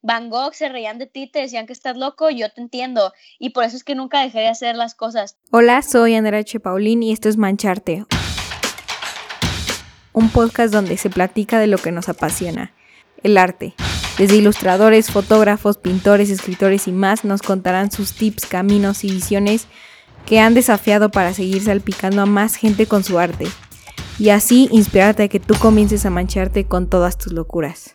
Van Gogh se reían de ti, te decían que estás loco, yo te entiendo. Y por eso es que nunca dejé de hacer las cosas. Hola, soy Andrea H. Paulín y esto es Mancharte, un podcast donde se platica de lo que nos apasiona, el arte. Desde ilustradores, fotógrafos, pintores, escritores y más nos contarán sus tips, caminos y visiones que han desafiado para seguir salpicando a más gente con su arte. Y así inspirarte a que tú comiences a mancharte con todas tus locuras.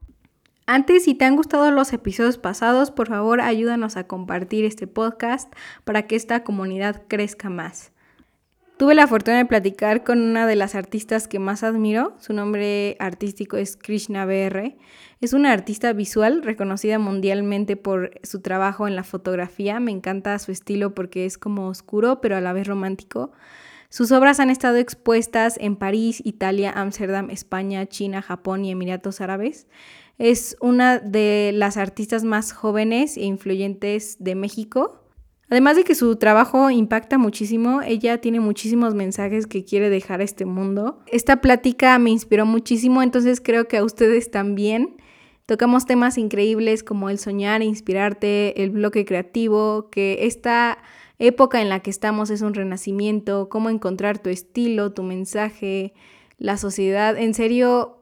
Antes, si te han gustado los episodios pasados, por favor ayúdanos a compartir este podcast para que esta comunidad crezca más. Tuve la fortuna de platicar con una de las artistas que más admiro. Su nombre artístico es Krishna BR. Es una artista visual reconocida mundialmente por su trabajo en la fotografía. Me encanta su estilo porque es como oscuro pero a la vez romántico. Sus obras han estado expuestas en París, Italia, Ámsterdam, España, China, Japón y Emiratos Árabes. Es una de las artistas más jóvenes e influyentes de México. Además de que su trabajo impacta muchísimo, ella tiene muchísimos mensajes que quiere dejar a este mundo. Esta plática me inspiró muchísimo, entonces creo que a ustedes también. Tocamos temas increíbles como el soñar, inspirarte, el bloque creativo, que esta época en la que estamos es un renacimiento, cómo encontrar tu estilo, tu mensaje, la sociedad. En serio,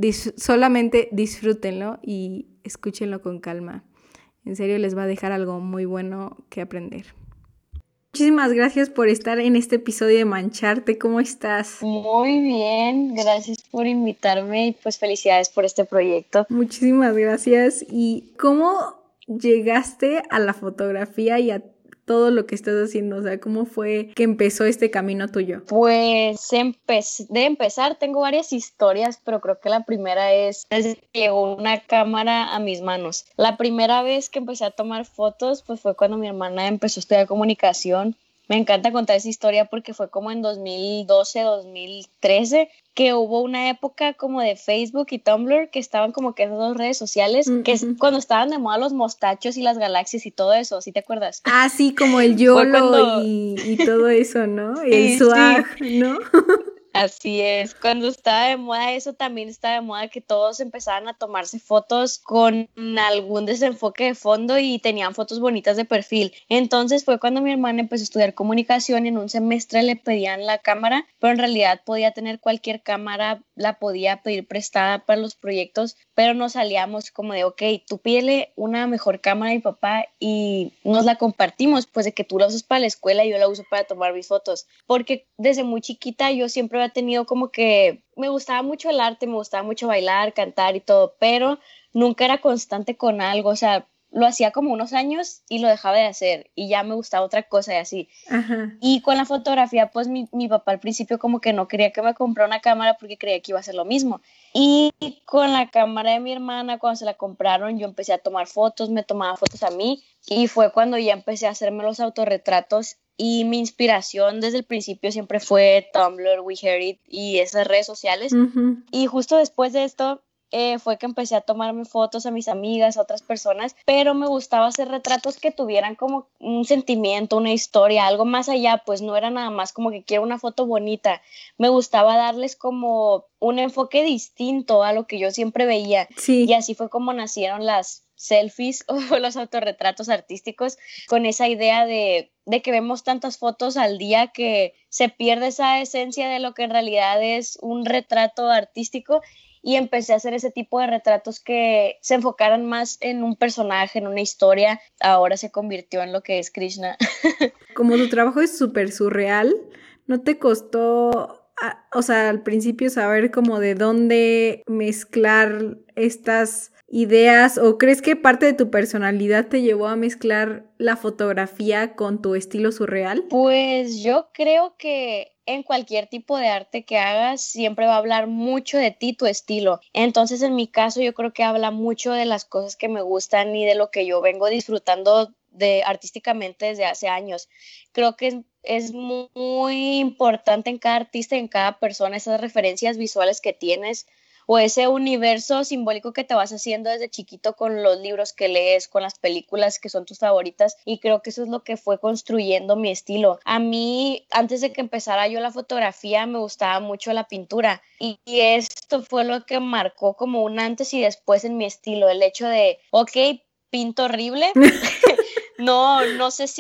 solamente disfrútenlo y escúchenlo con calma. En serio les va a dejar algo muy bueno que aprender. Muchísimas gracias por estar en este episodio de Mancharte. ¿Cómo estás? Muy bien, gracias por invitarme y pues felicidades por este proyecto. Muchísimas gracias. ¿Y cómo llegaste a la fotografía y a todo lo que estás haciendo? O sea, ¿cómo fue que empezó este camino tuyo? Pues de empezar tengo varias historias, pero creo que la primera es desde que llegó una cámara a mis manos. La primera vez que empecé a tomar fotos pues fue cuando mi hermana empezó a estudiar comunicación. Me encanta contar esa historia porque fue como en 2012, 2013, que hubo una época como de Facebook y Tumblr que estaban como que esas dos redes sociales, que es cuando estaban de moda los mostachos y las galaxias y todo eso, ¿sí te acuerdas? Ah, sí, como el YOLO cuando... y todo eso, ¿no? Y el Sí, swag, sí. ¿no? Así es, cuando estaba de moda eso, también estaba de moda que todos empezaban a tomarse fotos con algún desenfoque de fondo y tenían fotos bonitas de perfil. Entonces fue cuando mi hermana empezó a estudiar comunicación y en un semestre le pedían la cámara, pero en realidad podía tener cualquier cámara, la podía pedir prestada para los proyectos, pero nos salíamos como de, ok, tú pídele una mejor cámara a mi papá y nos la compartimos, pues de que tú la usas para la escuela y yo la uso para tomar mis fotos, porque desde muy chiquita yo siempre había tenido como que me gustaba mucho el arte, me gustaba mucho bailar, cantar y todo, pero nunca era constante con algo, o sea, lo hacía como unos años y lo dejaba de hacer y ya me gustaba otra cosa y así. Ajá. Y con la fotografía, pues mi papá al principio como que no quería que me comprara una cámara porque creía que iba a ser lo mismo. Y con la cámara de mi hermana, cuando se la compraron, yo empecé a tomar fotos, me tomaba fotos a mí y fue cuando ya empecé a hacerme los autorretratos y mi inspiración desde el principio siempre fue Tumblr, WeHerit y esas redes sociales. Uh-huh. Y justo después de esto fue que empecé a tomarme fotos a mis amigas, a otras personas, pero me gustaba hacer retratos que tuvieran como un sentimiento, una historia, algo más allá, pues no era nada más como que quiero una foto bonita, me gustaba darles como un enfoque distinto a lo que yo siempre veía. Sí. Y así fue como nacieron las selfies o los autorretratos artísticos, con esa idea de que vemos tantas fotos al día que se pierde esa esencia de lo que en realidad es un retrato artístico. Y empecé a hacer ese tipo de retratos que se enfocaran más en un personaje, en una historia. Ahora se convirtió en lo que es Krishna. Como tu trabajo es súper surreal, ¿no te costó, o sea, al principio saber como de dónde mezclar estas ideas? ¿O crees que parte de tu personalidad te llevó a mezclar la fotografía con tu estilo surreal? Pues yo creo que en cualquier tipo de arte que hagas siempre va a hablar mucho de ti, tu estilo. Entonces en mi caso yo creo que habla mucho de las cosas que me gustan y de lo que yo vengo disfrutando de artísticamente desde hace años. Creo que es muy importante en cada artista y en cada persona esas referencias visuales que tienes o ese universo simbólico que te vas haciendo desde chiquito con los libros que lees, con las películas que son tus favoritas, y creo que eso es lo que fue construyendo mi estilo. A mí, antes de que empezara yo la fotografía, me gustaba mucho la pintura, y esto fue lo que marcó como un antes y después en mi estilo, el hecho de, ok, pinto horrible, no sé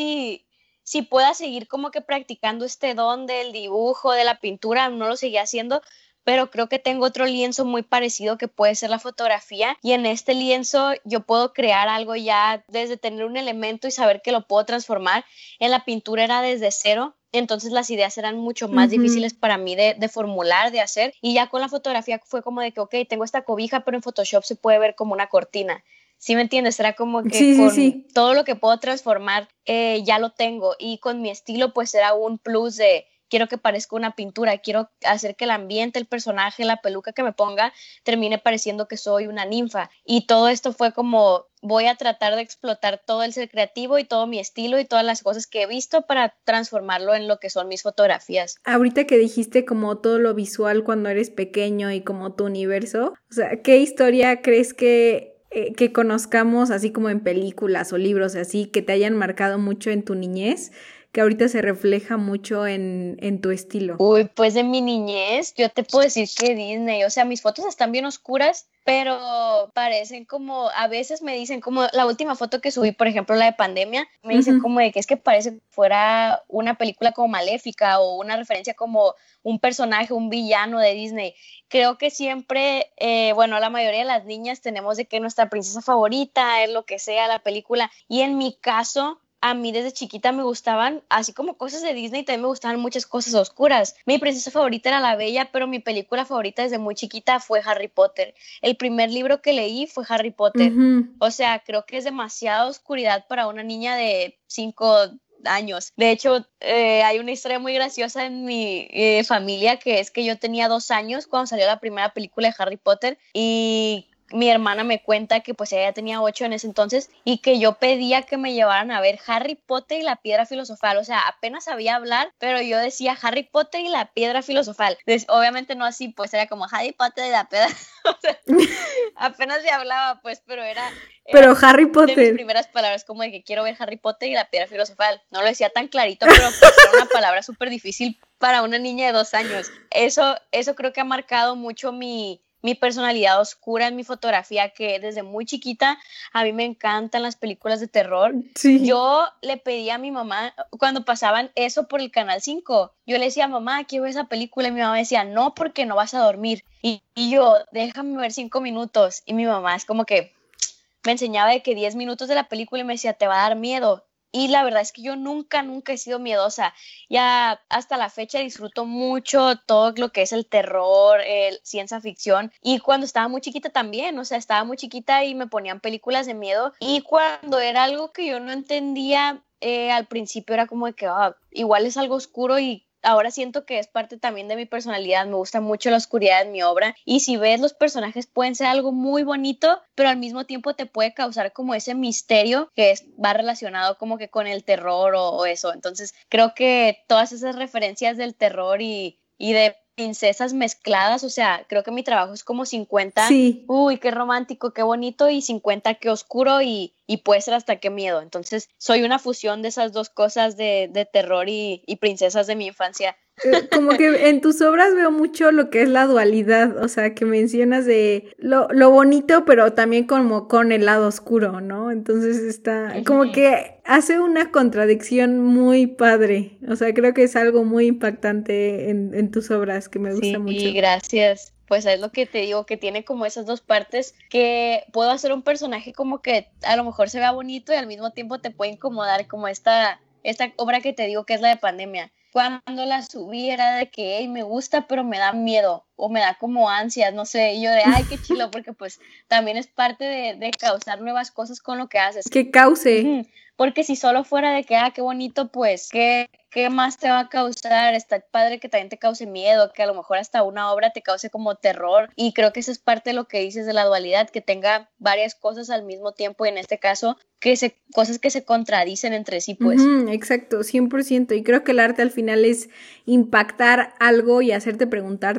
si pueda seguir como que practicando este don del dibujo, de la pintura, no lo seguía haciendo, pero creo que tengo otro lienzo muy parecido que puede ser la fotografía, y en este lienzo yo puedo crear algo ya desde tener un elemento y saber que lo puedo transformar. En la pintura era desde cero, entonces las ideas eran mucho más difíciles para mí de formular, de hacer, y ya con la fotografía fue como de que, ok, tengo esta cobija, pero en Photoshop se puede ver como una cortina. ¿Sí me entiendes? Era como que Sí. todo lo que puedo transformar ya lo tengo, y con mi estilo pues era un plus de quiero que parezca una pintura, quiero hacer que el ambiente, el personaje, la peluca que me ponga termine pareciendo que soy una ninfa, y todo esto fue como voy a tratar de explotar todo el ser creativo y todo mi estilo y todas las cosas que he visto para transformarlo en lo que son mis fotografías. Ahorita que dijiste como todo lo visual cuando eres pequeño y como tu universo, o sea, ¿qué historia crees que conozcamos así como en películas o libros así que te hayan marcado mucho en tu niñez, que ahorita se refleja mucho en tu estilo? Uy, pues de mi niñez, yo te puedo decir que Disney, o sea, mis fotos están bien oscuras, pero parecen como, a veces me dicen como la última foto que subí, por ejemplo, la de pandemia, me dicen como de que es que parece que fuera una película como Maléfica o una referencia como un personaje, un villano de Disney. Creo que siempre, bueno, la mayoría de las niñas tenemos de que nuestra princesa favorita es lo que sea la película, y en mi caso a mí desde chiquita me gustaban, así como cosas de Disney, también me gustaban muchas cosas oscuras. Mi princesa favorita era la Bella, pero mi película favorita desde muy chiquita fue Harry Potter. El primer libro que leí fue Harry Potter. O sea, creo que es demasiada oscuridad para una niña de 5 años. De hecho, hay una historia muy graciosa en mi familia, que es que yo tenía 2 años cuando salió la primera película de Harry Potter, y mi hermana me cuenta que pues ella tenía 8 en ese entonces, y que yo pedía que me llevaran a ver Harry Potter y la Piedra Filosofal. O sea, apenas sabía hablar, pero yo decía Harry Potter y la Piedra Filosofal. Obviamente no así, pues era como Harry Potter y la Piedra. O sea, apenas se hablaba, pues, pero era Pero Harry Potter. De mis primeras palabras, como de que quiero ver Harry Potter y la Piedra Filosofal. No lo decía tan clarito, pero pues era una palabra súper difícil para una niña de 2 años. Eso creo que ha marcado mucho mi personalidad oscura en mi fotografía, que desde muy chiquita a mí me encantan las películas de terror. Sí. Yo le pedí a mi mamá, cuando pasaban eso por el Canal 5, yo le decía, mamá, quiero ver esa película, y mi mamá decía, no, porque no vas a dormir. Y yo, déjame ver 5 minutos, y mi mamá es como que me enseñaba de que 10 minutos de la película y me decía, te va a dar miedo. Y la verdad es que yo nunca he sido miedosa. Ya hasta la fecha disfruto mucho todo lo que es el terror, ciencia ficción. Y cuando estaba muy chiquita también, o sea, estaba muy chiquita y me ponían películas de miedo. Y cuando era algo que yo no entendía, al principio era como de que igual es algo oscuro, y ahora siento que es parte también de mi personalidad. Me gusta mucho la oscuridad en mi obra, y si ves, los personajes pueden ser algo muy bonito, pero al mismo tiempo te puede causar como ese misterio que va relacionado como que con el terror o eso. Entonces creo que todas esas referencias del terror y de princesas mezcladas, o sea, creo que mi trabajo es como 50, sí. Uy, qué romántico, qué bonito, y 50, qué oscuro y puede ser hasta qué miedo. Entonces soy una fusión de esas dos cosas de terror y princesas de mi infancia. Como que en tus obras veo mucho lo que es la dualidad, o sea, que mencionas de lo bonito, pero también como con el lado oscuro, ¿no? Entonces está como que hace una contradicción muy padre, o sea, creo que es algo muy impactante en tus obras, que me gusta mucho. Sí, gracias. Pues es lo que te digo, que tiene como esas dos partes, que puedo hacer un personaje como que a lo mejor se vea bonito y al mismo tiempo te puede incomodar, como esta obra que te digo que es la de pandemia. Cuando la subí era de que me gusta, pero me da miedo o me da como ansias, no sé, y yo de ay, qué chilo, porque pues también es parte de causar nuevas cosas con lo que haces. Que cause. Porque si solo fuera de que qué bonito, pues ¿qué más te va a causar? Está padre que también te cause miedo, que a lo mejor hasta una obra te cause como terror, y creo que eso es parte de lo que dices de la dualidad, que tenga varias cosas al mismo tiempo, y en este caso cosas que se contradicen entre sí, pues. Exacto, 100%, y creo que el arte al final es impactar algo y hacerte preguntarte algo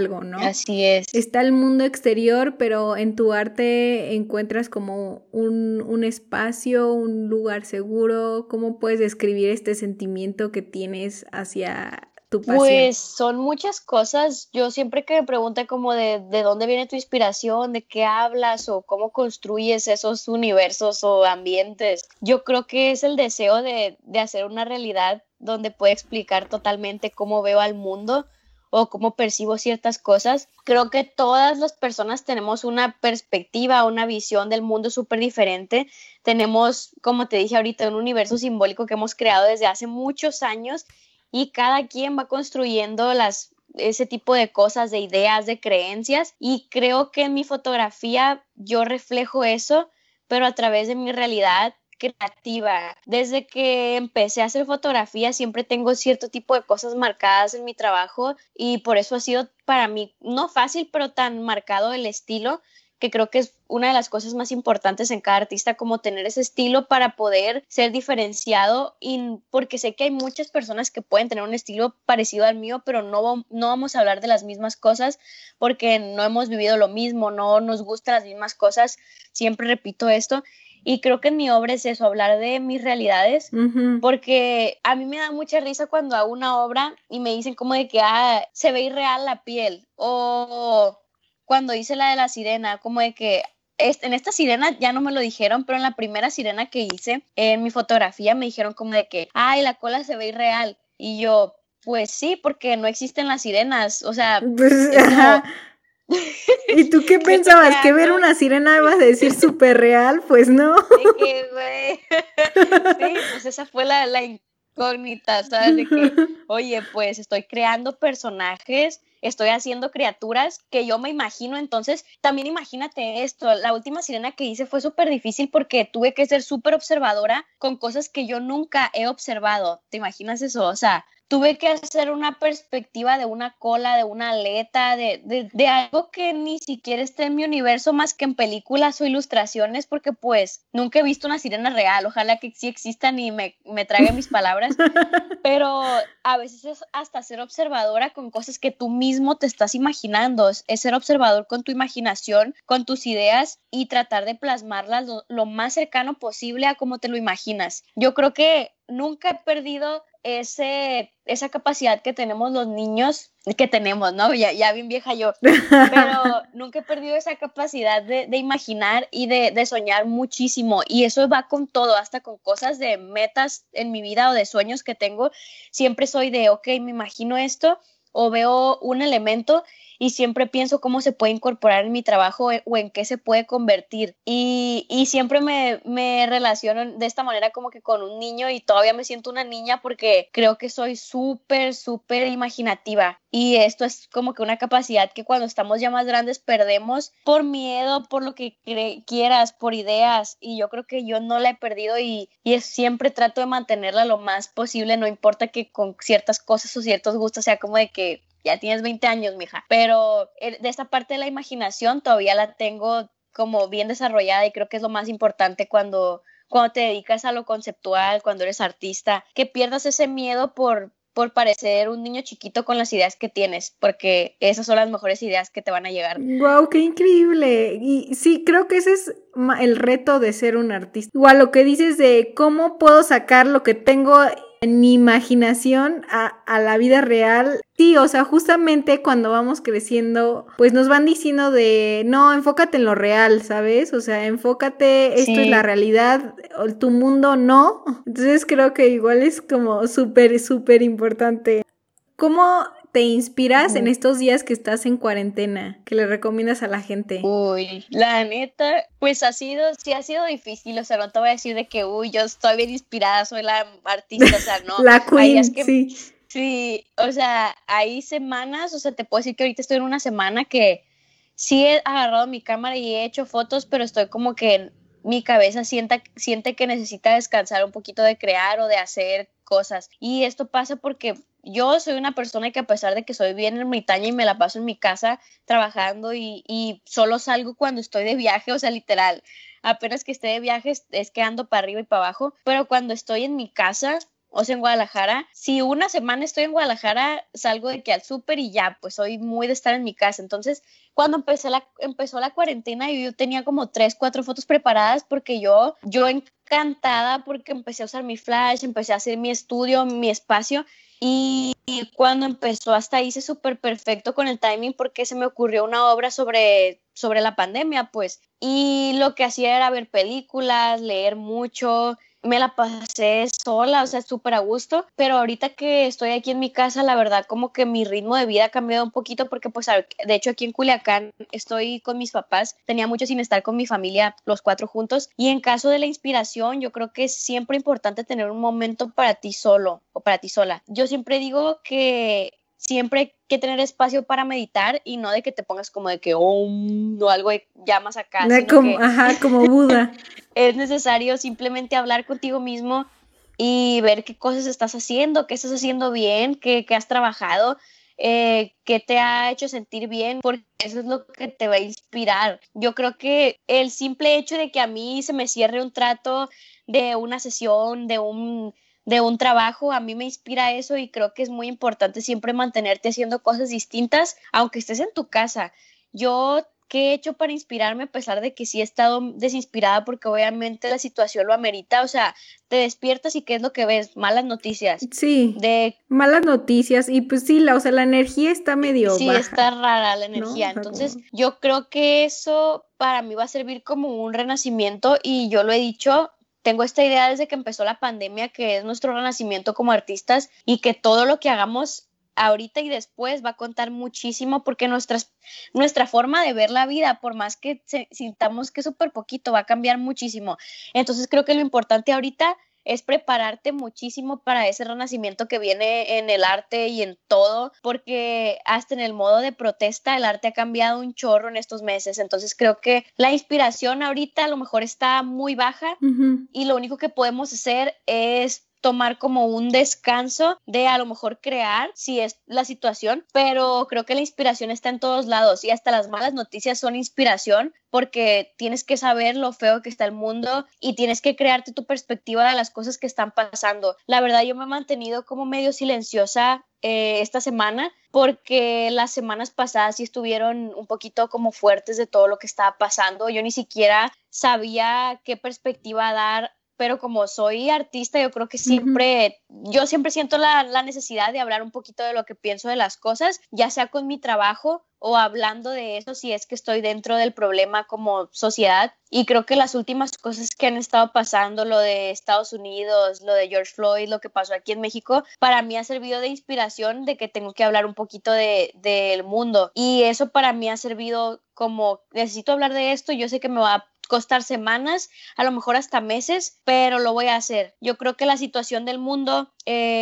algo, ¿no? Así es. Está el mundo exterior, pero en tu arte encuentras como un espacio, un lugar seguro. ¿Cómo puedes describir este sentimiento que tienes hacia tu pasión? Pues son muchas cosas. Yo siempre que me preguntan como de dónde viene tu inspiración, de qué hablas o cómo construyes esos universos o ambientes, yo creo que es el deseo de hacer una realidad donde pueda explicar totalmente cómo veo al mundo o cómo percibo ciertas cosas. Creo que todas las personas tenemos una perspectiva, una visión del mundo súper diferente. Tenemos, como te dije ahorita, un universo simbólico que hemos creado desde hace muchos años y cada quien va construyendo ese tipo de cosas, de ideas, de creencias, y creo que en mi fotografía yo reflejo eso, pero a través de mi realidad creativa. Desde que empecé a hacer fotografía siempre tengo cierto tipo de cosas marcadas en mi trabajo y por eso ha sido para mí no fácil, pero tan marcado el estilo, que creo que es una de las cosas más importantes en cada artista, como tener ese estilo para poder ser diferenciado, y porque sé que hay muchas personas que pueden tener un estilo parecido al mío, pero no vamos a hablar de las mismas cosas porque no hemos vivido lo mismo, no nos gustan las mismas cosas, siempre repito esto, y creo que en mi obra es eso, hablar de mis realidades, porque a mí me da mucha risa cuando hago una obra y me dicen como de que se ve irreal la piel, o cuando hice la de la sirena, como de que en esta sirena ya no me lo dijeron, pero en la primera sirena que hice, en mi fotografía me dijeron como de que, ay, la cola se ve irreal. Y yo, pues sí, porque no existen las sirenas, o sea, Pues, es ajá. como, ¿Y tú qué ¿qué es lo que pensabas? ¿Que ver hago? una sirena ibas a decir súper real? Pues no. De que, güey, sí, pues esa fue la incógnita, ¿sabes? De que, oye, pues estoy creando personajes, estoy haciendo criaturas que yo me imagino, entonces también imagínate esto, la última sirena que hice fue súper difícil porque tuve que ser súper observadora con cosas que yo nunca he observado, ¿te imaginas eso? O sea, tuve que hacer una perspectiva de una cola, de una aleta, de algo que ni siquiera está en mi universo más que en películas o ilustraciones, porque pues nunca he visto una sirena real, ojalá que sí existan y me trague mis palabras, pero a veces es hasta ser observadora con cosas que tú mismo te estás imaginando, es ser observador con tu imaginación, con tus ideas y tratar de plasmarlas lo más cercano posible a cómo te lo imaginas. Yo creo que nunca he perdido esa capacidad que tenemos los niños, que tenemos, ¿no? Ya bien vieja yo, pero nunca he perdido esa capacidad de imaginar y de soñar muchísimo, y eso va con todo, hasta con cosas de metas en mi vida o de sueños que tengo, siempre soy de, ok, me imagino esto o veo un elemento y siempre pienso cómo se puede incorporar en mi trabajo o en qué se puede convertir. Y siempre me relaciono de esta manera como que con un niño, y todavía me siento una niña porque creo que soy súper, súper imaginativa. Y esto es como que una capacidad que cuando estamos ya más grandes perdemos por miedo, por lo que quieras, por ideas. Y yo creo que yo no la he perdido y siempre trato de mantenerla lo más posible, no importa que con ciertas cosas o ciertos gustos sea como de que ya tienes 20 años, mija. Pero de esta parte de la imaginación todavía la tengo como bien desarrollada, y creo que es lo más importante cuando te dedicas a lo conceptual, cuando eres artista, que pierdas ese miedo por parecer un niño chiquito con las ideas que tienes, porque esas son las mejores ideas que te van a llegar. ¡Wow! ¡Qué increíble! Y sí, creo que ese es el reto de ser un artista. Igual lo que dices de cómo puedo sacar lo que tengo en mi imaginación a la vida real. Sí, o sea, justamente cuando vamos creciendo, pues nos van diciendo de, no, enfócate en lo real, ¿sabes? O sea, enfócate, esto es la realidad, tu mundo no. Entonces creo que igual es como súper, súper importante. ¿Cómo te inspiras en estos días que estás en cuarentena? ¿Qué le recomiendas a la gente? Uy, la neta, pues sí ha sido difícil, o sea, no te voy a decir de que, uy, yo estoy bien inspirada, soy la artista, o sea, no, La hay días Queen, que, sí. sí, o sea, hay semanas, o sea, te puedo decir que ahorita estoy en una semana que sí he agarrado mi cámara y he hecho fotos, pero estoy como que mi cabeza siente que necesita descansar un poquito de crear o de hacer cosas, y esto pasa porque yo soy una persona que, a pesar de que soy bien ermitaña y me la paso en mi casa trabajando y solo salgo cuando estoy de viaje, o sea, literal, apenas que esté de viaje es que ando para arriba y para abajo, pero cuando estoy en mi casa O sea, en Guadalajara, si una semana estoy en Guadalajara, salgo de que al súper y ya, pues soy muy de estar en mi casa. Entonces, cuando empezó la cuarentena, yo tenía como 3, 4 fotos preparadas porque yo encantada porque empecé a usar mi flash, empecé a hacer mi estudio, mi espacio y cuando empezó hasta hice súper perfecto con el timing porque se me ocurrió una obra sobre la pandemia, pues. Y lo que hacía era ver películas, leer mucho, me la pasé sola, o sea, súper a gusto, pero ahorita que estoy aquí en mi casa, la verdad, como que mi ritmo de vida ha cambiado un poquito porque, pues, de hecho, aquí en Culiacán estoy con mis papás, tenía mucho sin estar con mi familia, los 4 juntos, y en caso de la inspiración, yo creo que es siempre importante tener un momento para ti solo o para ti sola. Yo siempre digo que siempre hay que tener espacio para meditar y no de que te pongas como de que o algo ya más acá, sino Como, que ajá, como Buda. es necesario simplemente hablar contigo mismo y ver qué cosas estás haciendo, qué estás haciendo bien, qué has trabajado, qué te ha hecho sentir bien, porque eso es lo que te va a inspirar. Yo creo que el simple hecho de que a mí se me cierre un trato de una sesión, de un trabajo, a mí me inspira eso y creo que es muy importante siempre mantenerte haciendo cosas distintas, aunque estés en tu casa. Yo, ¿qué he hecho para inspirarme a pesar de que sí he estado desinspirada porque obviamente la situación lo amerita? O sea, te despiertas y ¿qué es lo que ves? Malas noticias. Sí, malas noticias y pues sí, o sea, la energía está medio Sí, está baja, rara la ¿no? energía. O sea, Entonces, como... yo creo que eso para mí va a servir como un renacimiento y yo lo he dicho. Tengo esta idea desde que empezó la pandemia, que es nuestro renacimiento como artistas y que todo lo que hagamos ahorita y después va a contar muchísimo porque nuestra forma de ver la vida, por más que sintamos que es súper poquito, va a cambiar muchísimo. Entonces creo que lo importante ahorita es prepararte muchísimo para ese renacimiento que viene en el arte y en todo, porque hasta en el modo de protesta el arte ha cambiado un chorro en estos meses. Entonces creo que la inspiración ahorita a lo mejor está muy baja Uh-huh. y lo único que podemos hacer es tomar como un descanso de a lo mejor crear si es la situación, pero creo que la inspiración está en todos lados y hasta las malas noticias son inspiración porque tienes que saber lo feo que está el mundo y tienes que crearte tu perspectiva de las cosas que están pasando. La verdad yo me he mantenido como medio silenciosa esta semana porque las semanas pasadas sí estuvieron un poquito como fuertes de todo lo que estaba pasando. Yo ni siquiera sabía qué perspectiva dar, pero como soy artista, yo creo que Uh-huh. yo siempre siento la necesidad de hablar un poquito de lo que pienso de las cosas, ya sea con mi trabajo o hablando de eso si es que estoy dentro del problema como sociedad. Y creo que las últimas cosas que han estado pasando, lo de Estados Unidos, lo de George Floyd, lo que pasó aquí en México, para mí ha servido de inspiración de que tengo que hablar un poquito del mundo. Y eso para mí ha servido como, necesito hablar de esto, yo sé que me va a costar semanas, a lo mejor hasta meses, pero lo voy a hacer. Yo creo que la situación del mundo,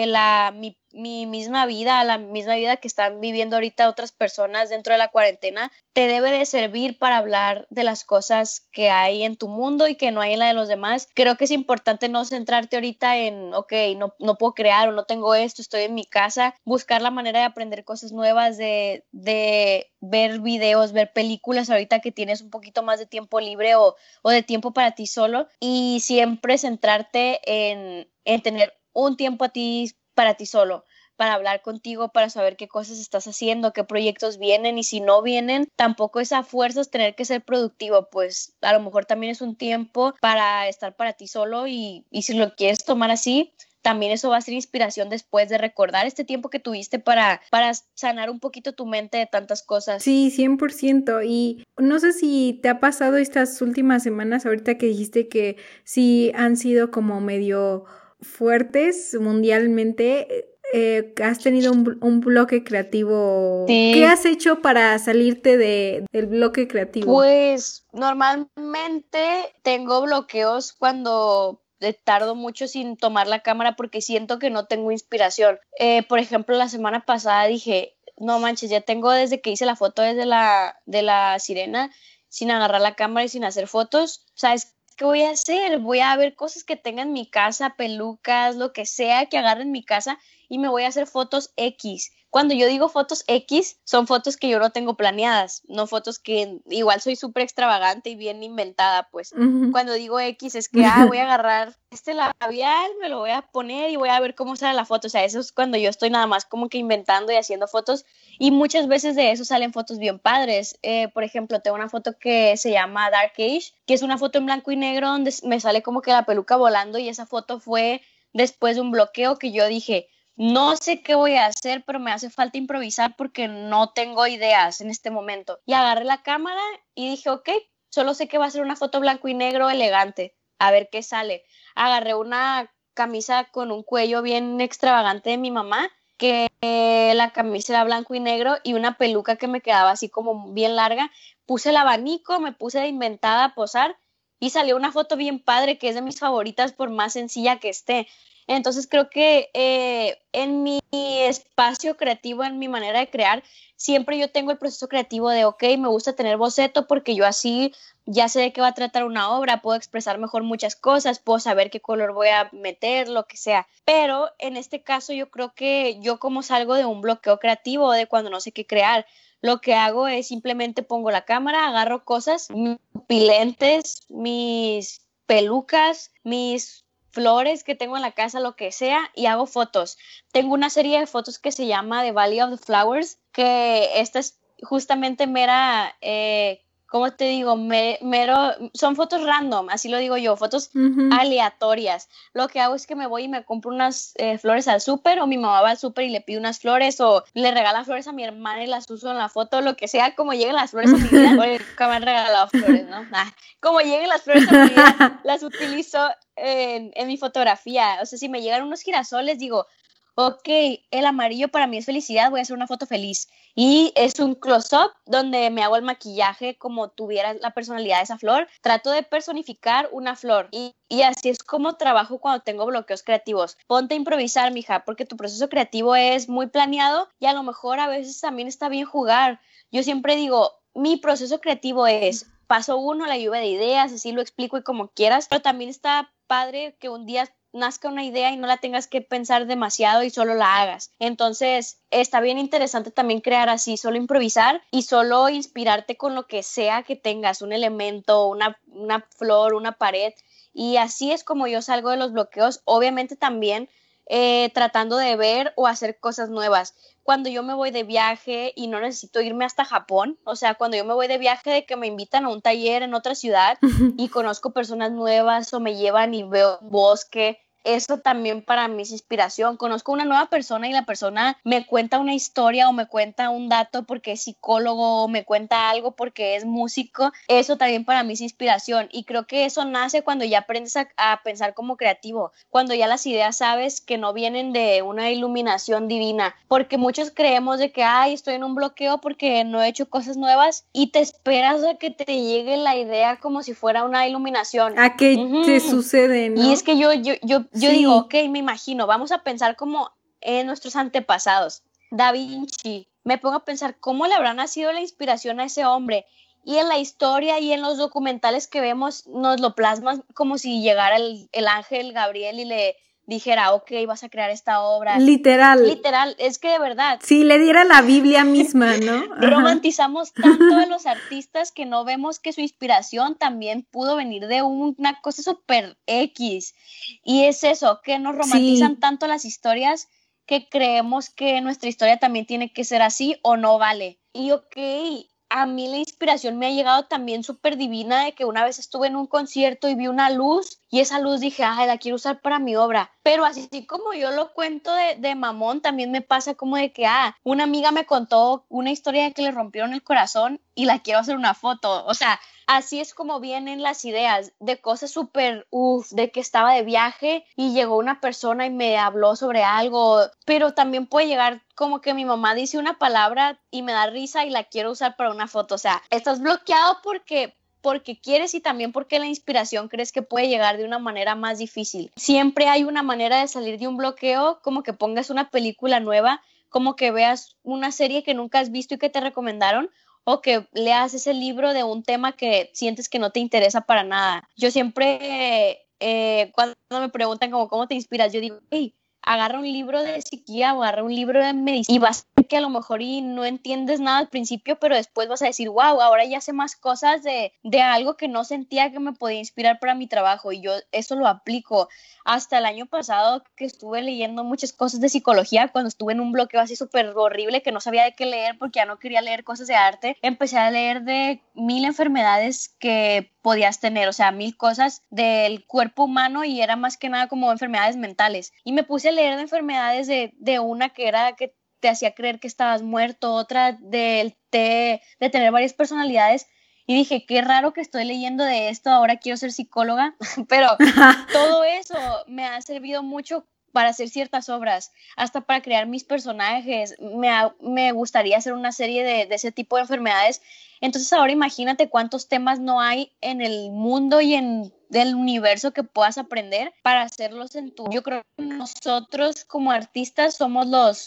mi misma vida, la misma vida que están viviendo ahorita otras personas dentro de la cuarentena, te debe de servir para hablar de las cosas que hay en tu mundo y que no hay en la de los demás. Creo que es importante no centrarte ahorita en, ok, no puedo crear o no tengo esto, estoy en mi casa, buscar la manera de aprender cosas nuevas, de ver videos, ver películas ahorita que tienes un poquito más de tiempo libre o de tiempo para ti solo y siempre centrarte en tener un tiempo para ti solo, para hablar contigo, para saber qué cosas estás haciendo, qué proyectos vienen y si no vienen, tampoco es a fuerzas tener que ser productivo, pues a lo mejor también es un tiempo para estar para ti solo y si lo quieres tomar así, también eso va a ser inspiración después de recordar este tiempo que tuviste para sanar un poquito tu mente de tantas cosas. Sí, 100%. Y no sé si te ha pasado estas últimas semanas, ahorita que dijiste que sí han sido como medio fuertes mundialmente. ¿Has tenido un bloque creativo? ¿Qué Sí, has hecho para salirte del bloque creativo? pues normalmente tengo bloqueos cuando tardo mucho sin tomar la cámara porque siento que no tengo inspiración. Por ejemplo, la semana pasada dije, no manches, ya tengo desde que hice la foto de la sirena sin agarrar la cámara y sin hacer fotos. ¿Sabes qué voy a hacer? Voy a ver cosas que tenga en mi casa, pelucas, lo que sea que agarre en mi casa y me voy a hacer fotos X. Cuando yo digo fotos X, son fotos que yo no tengo planeadas, no fotos que igual soy súper extravagante y bien inventada, pues. Cuando digo X es que, voy a agarrar este labial, me lo voy a poner y voy a ver cómo sale la foto. O sea, eso es cuando yo estoy nada más como que inventando y haciendo fotos, y muchas veces de eso salen fotos bien padres. Por ejemplo, tengo una foto que se llama Dark Age, que es una foto en blanco y negro donde me sale como que la peluca volando, y esa foto fue después de un bloqueo que yo dije, no sé qué voy a hacer, pero me hace falta improvisar porque no tengo ideas en este momento. Y agarré la cámara y dije, ok, solo sé que va a ser una foto blanco y negro elegante, a ver qué sale. Agarré una camisa con un cuello bien extravagante de mi mamá, que la camisa era blanco y negro, y una peluca que me quedaba así como bien larga. Puse el abanico, me puse de inventada a posar y salió una foto bien padre, que es de mis favoritas por más sencilla que esté. Entonces creo que en mi espacio creativo, en mi manera de crear, siempre yo tengo el proceso creativo de, ok, me gusta tener boceto porque yo así ya sé de qué va a tratar una obra, puedo expresar mejor muchas cosas, puedo saber qué color voy a meter, lo que sea. Pero en este caso yo creo que yo, como salgo de un bloqueo creativo, de cuando no sé qué crear, lo que hago es simplemente pongo la cámara, agarro cosas, mis pilentes, mis pelucas, mis flores que tengo en la casa, lo que sea, y hago fotos. Tengo una serie de fotos que se llama The Valley of the Flowers, que esta es justamente mera, ¿cómo te digo? Son fotos random, así lo digo yo, fotos aleatorias. Lo que hago es que me voy y me compro unas flores al súper, o mi mamá va al súper y le pide unas flores, o le regala flores a mi hermana y las uso en la foto, lo que sea, como lleguen las flores a mi vida. Oye, nunca me han regalado flores, ¿no? Como lleguen las flores a mi vida, las utilizo en mi fotografía. O sea, si me llegan unos girasoles, digo, ok, el amarillo para mí es felicidad, voy a hacer una foto feliz. Y es un close-up donde me hago el maquillaje como tuviera la personalidad de esa flor. Trato de personificar una flor, y así es como trabajo cuando tengo bloqueos creativos. Ponte a improvisar, mija, porque tu proceso creativo es muy planeado y a lo mejor a veces también está bien jugar. Yo siempre digo, mi proceso creativo es paso 1, la lluvia de ideas, así lo explico y como quieras, pero también está padre que un día nazca una idea y no la tengas que pensar demasiado y solo la hagas. Entonces está bien interesante también crear así, solo improvisar y solo inspirarte con lo que sea que tengas, un elemento, una flor, una pared, y así es como yo salgo de los bloqueos. Obviamente también tratando de ver o hacer cosas nuevas. Cuando yo me voy de viaje y no necesito irme hasta Japón, o sea, cuando yo me voy de viaje de que me invitan a un taller en otra ciudad y conozco personas nuevas, o me llevan y veo un bosque, eso también para mí es inspiración. Conozco una nueva persona y la persona me cuenta una historia o me cuenta un dato porque es psicólogo, o me cuenta algo porque es músico. Eso también para mí es inspiración, y creo que eso nace cuando ya aprendes a pensar como creativo, cuando ya las ideas sabes que no vienen de una iluminación divina, porque muchos creemos de que estoy en un bloqueo porque no he hecho cosas nuevas, y te esperas a que te llegue la idea como si fuera una iluminación. A que te sucede, ¿no? Y es que yo Sí. digo, ok, me imagino, vamos a pensar como en nuestros antepasados, Da Vinci. Me pongo a pensar cómo le habrá nacido la inspiración a ese hombre, y en la historia y en los documentales que vemos nos lo plasman como si llegara el ángel Gabriel y le dijera, ok, vas a crear esta obra. Literal, es que de verdad. Sí, le diera la Biblia misma, ¿no? Romantizamos tanto a los artistas que no vemos que su inspiración también pudo venir de una cosa súper X. Y es eso, que nos romantizan tanto las historias que creemos que nuestra historia también tiene que ser así o no vale. Y ok, a mí la inspiración me ha llegado también súper divina, de que una vez estuve en un concierto y vi una luz, y esa luz dije, la quiero usar para mi obra. Pero así como yo lo cuento de mamón, también me pasa como de que, una amiga me contó una historia de que le rompieron el corazón y la quiero hacer una foto. O sea, así es como vienen las ideas de cosas súper, de que estaba de viaje y llegó una persona y me habló sobre algo, pero también puede llegar como que mi mamá dice una palabra y me da risa y la quiero usar para una foto. O sea, estás bloqueado porque quieres, y también porque la inspiración crees que puede llegar de una manera más difícil. Siempre hay una manera de salir de un bloqueo, como que pongas una película nueva, como que veas una serie que nunca has visto y que te recomendaron, o que leas ese libro de un tema que sientes que no te interesa para nada. Yo siempre, cuando me preguntan como cómo te inspiras, yo digo, agarra un libro de psiquía o agarra un libro de medicina y vas a que a lo mejor y no entiendes nada al principio, pero después vas a decir, wow, ahora ya sé más cosas de algo que no sentía que me podía inspirar para mi trabajo, y yo eso lo aplico. Hasta el año pasado que estuve leyendo muchas cosas de psicología, cuando estuve en un bloqueo así súper horrible que no sabía de qué leer porque ya no quería leer cosas de arte, empecé a leer de 1000 enfermedades que podías tener, o sea, 1000 cosas del cuerpo humano, y era más que nada como enfermedades mentales. Y me puse a leer de enfermedades de una que era que te hacía creer que estabas muerto, otra de tener varias personalidades. Y dije, qué raro que estoy leyendo de esto, ahora quiero ser psicóloga, pero todo eso me ha servido mucho para hacer ciertas obras, hasta para crear mis personajes. Me gustaría hacer una serie de ese tipo de enfermedades. Entonces ahora imagínate cuántos temas no hay en el mundo y en el universo que puedas aprender para hacerlos en tu... Yo creo que nosotros como artistas somos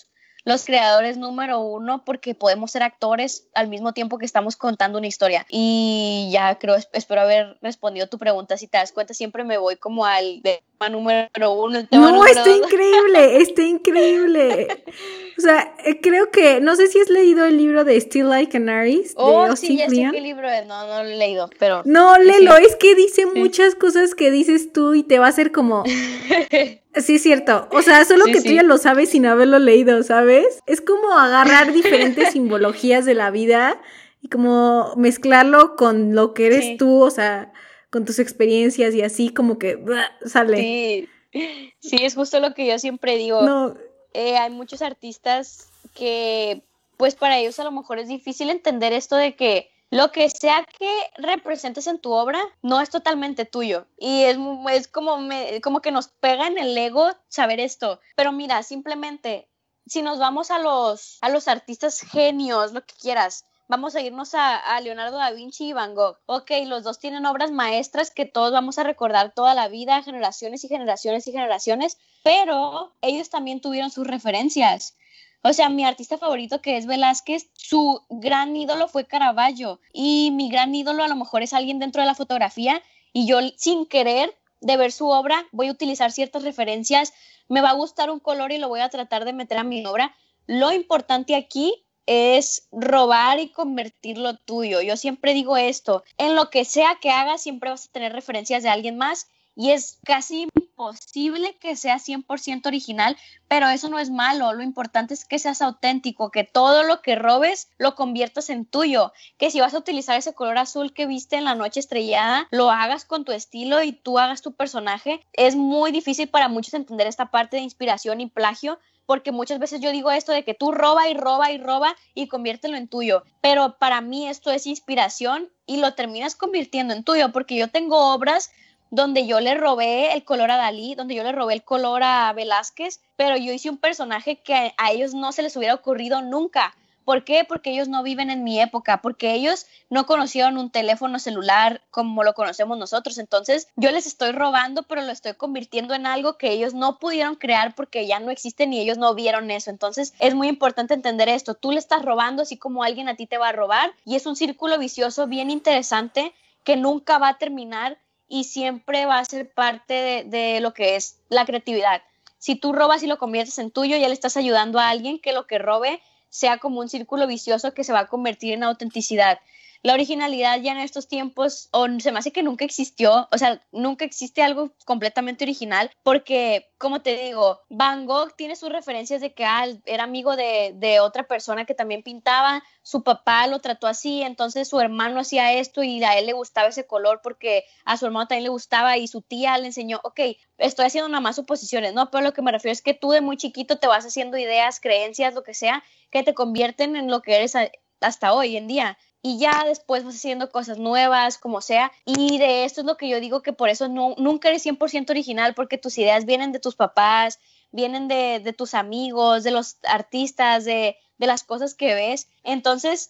los creadores número uno, porque podemos ser actores al mismo tiempo que estamos contando una historia. Y ya creo, espero haber respondido tu pregunta. Si te das cuenta, siempre me voy como al tema número uno, el tema número está dos. increíble, está increíble. O sea, creo que, no sé si has leído el libro de Still Like Canaries, de Austin Sí, ya Kleon. sé qué libro es, no lo he leído, pero... No, léelo, es que dice muchas cosas que dices tú y te va a hacer como... Sí, es cierto. O sea, solo que tú ya lo sabes sin haberlo leído, ¿sabes? Es como agarrar diferentes simbologías de la vida y como mezclarlo con lo que eres tú, o sea, con tus experiencias y así como que sale. Sí, es justo lo que yo siempre digo. No. Hay muchos artistas que, pues para ellos a lo mejor es difícil entender esto de que lo que sea que representes en tu obra no es totalmente tuyo, y es como que nos pega en el ego saber esto. Pero mira, simplemente si nos vamos a los artistas genios, lo que quieras, vamos a irnos a Leonardo da Vinci y Van Gogh. Ok, los dos tienen obras maestras que todos vamos a recordar toda la vida, generaciones y generaciones y generaciones, pero ellos también tuvieron sus referencias. O sea, mi artista favorito, que es Velázquez, su gran ídolo fue Caravaggio, y mi gran ídolo a lo mejor es alguien dentro de la fotografía, y yo sin querer de ver su obra voy a utilizar ciertas referencias, me va a gustar un color y lo voy a tratar de meter a mi obra. Lo importante aquí es robar y convertirlo tuyo. Yo siempre digo esto, en lo que sea que hagas siempre vas a tener referencias de alguien más, y es casi imposible que sea 100% original, pero eso no es malo. Lo importante es que seas auténtico, que todo lo que robes lo conviertas en tuyo, que si vas a utilizar ese color azul que viste en La Noche Estrellada, lo hagas con tu estilo y tú hagas tu personaje. Es muy difícil para muchos entender esta parte de inspiración y plagio, porque muchas veces yo digo esto de que tú roba y roba y roba y conviértelo en tuyo, pero para mí esto es inspiración y lo terminas convirtiendo en tuyo, porque yo tengo obras donde yo le robé el color a Dalí, donde yo le robé el color a Velázquez, pero yo hice un personaje que a ellos no se les hubiera ocurrido nunca. ¿Por qué? Porque ellos no viven en mi época, porque ellos no conocieron un teléfono celular como lo conocemos nosotros. Entonces yo les estoy robando, pero lo estoy convirtiendo en algo que ellos no pudieron crear porque ya no existen y ellos no vieron eso. Entonces es muy importante entender esto. Tú le estás robando así como alguien a ti te va a robar, y es un círculo vicioso bien interesante que nunca va a terminar y siempre va a ser parte de lo que es la creatividad. Si tú robas y lo conviertes en tuyo, ya le estás ayudando a alguien que lo que robe sea como un círculo vicioso que se va a convertir en autenticidad. La originalidad ya en estos tiempos, o se me hace que nunca existió, o sea, nunca existe algo completamente original, porque, como te digo, Van Gogh tiene sus referencias de que era amigo de otra persona que también pintaba, su papá lo trató así, entonces su hermano hacía esto y a él le gustaba ese color porque a su hermano también le gustaba, y su tía le enseñó. Ok, estoy haciendo nada más suposiciones, ¿no? Pero lo que me refiero es que tú de muy chiquito te vas haciendo ideas, creencias, lo que sea, que te convierten en lo que eres hasta hoy en día. Y ya después vas haciendo cosas nuevas, como sea, y de esto es lo que yo digo, que por eso nunca eres 100% original, porque tus ideas vienen de tus papás, vienen de tus amigos, de los artistas, de las cosas que ves. Entonces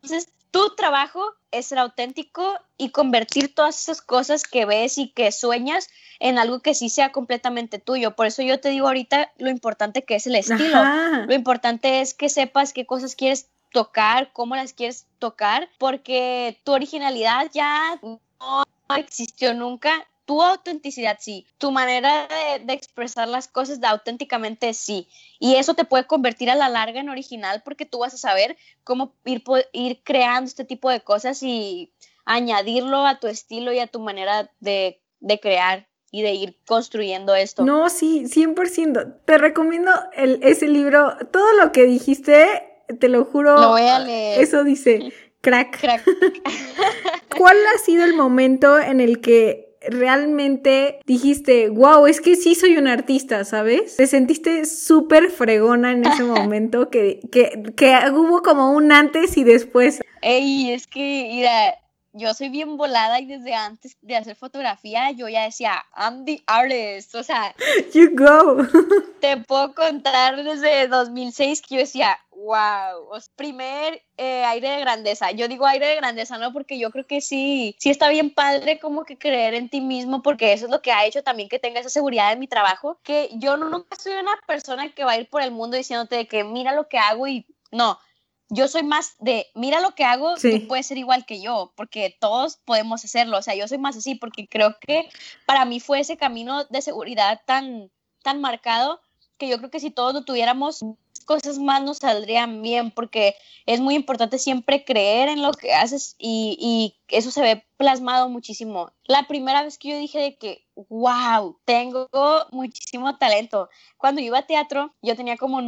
tu trabajo es ser auténtico y convertir todas esas cosas que ves y que sueñas en algo que sí sea completamente tuyo. Por eso yo te digo ahorita lo importante que es el estilo. Ajá. Lo importante es que sepas qué cosas quieres tocar, cómo las quieres tocar, porque tu originalidad ya no existió nunca. tu autenticidad sí, tu manera de expresar las cosas auténticamente sí, y eso te puede convertir a la larga en original porque tú vas a saber cómo ir creando este tipo de cosas y añadirlo a tu estilo y a tu manera de crear y de ir construyendo esto. No, sí, 100%. Te recomiendo ese libro. Todo lo que dijiste, te lo juro, Lo voy a leer. Eso dice, crack. ¿Cuál ha sido el momento en el que realmente dijiste, wow, es que sí soy una artista, ¿sabes? Te sentiste súper fregona en ese momento, que hubo como un antes y después. Ey, es que, mira, yo soy bien volada y desde antes de hacer fotografía yo ya decía, I'm the artist, o sea, you go. Te puedo contar desde 2006 que yo decía, wow, primer aire de grandeza. Yo digo aire de grandeza, ¿no? Porque yo creo que sí está bien padre como que creer en ti mismo, porque eso es lo que ha hecho también que tenga esa seguridad en mi trabajo, que yo nunca soy una persona que va a ir por el mundo diciéndote de que mira lo que hago y no. Yo soy más de, mira lo que hago, sí. Tú puedes ser igual que yo, porque todos podemos hacerlo. O sea, yo soy más así, porque creo que para mí fue ese camino de seguridad tan marcado, que yo creo que si todos lo tuviéramos, cosas más nos saldrían bien, porque es muy importante siempre creer en lo que haces y eso se ve plasmado muchísimo. La primera vez que yo dije de que, wow, tengo muchísimo talento. Cuando yo iba a teatro, yo tenía como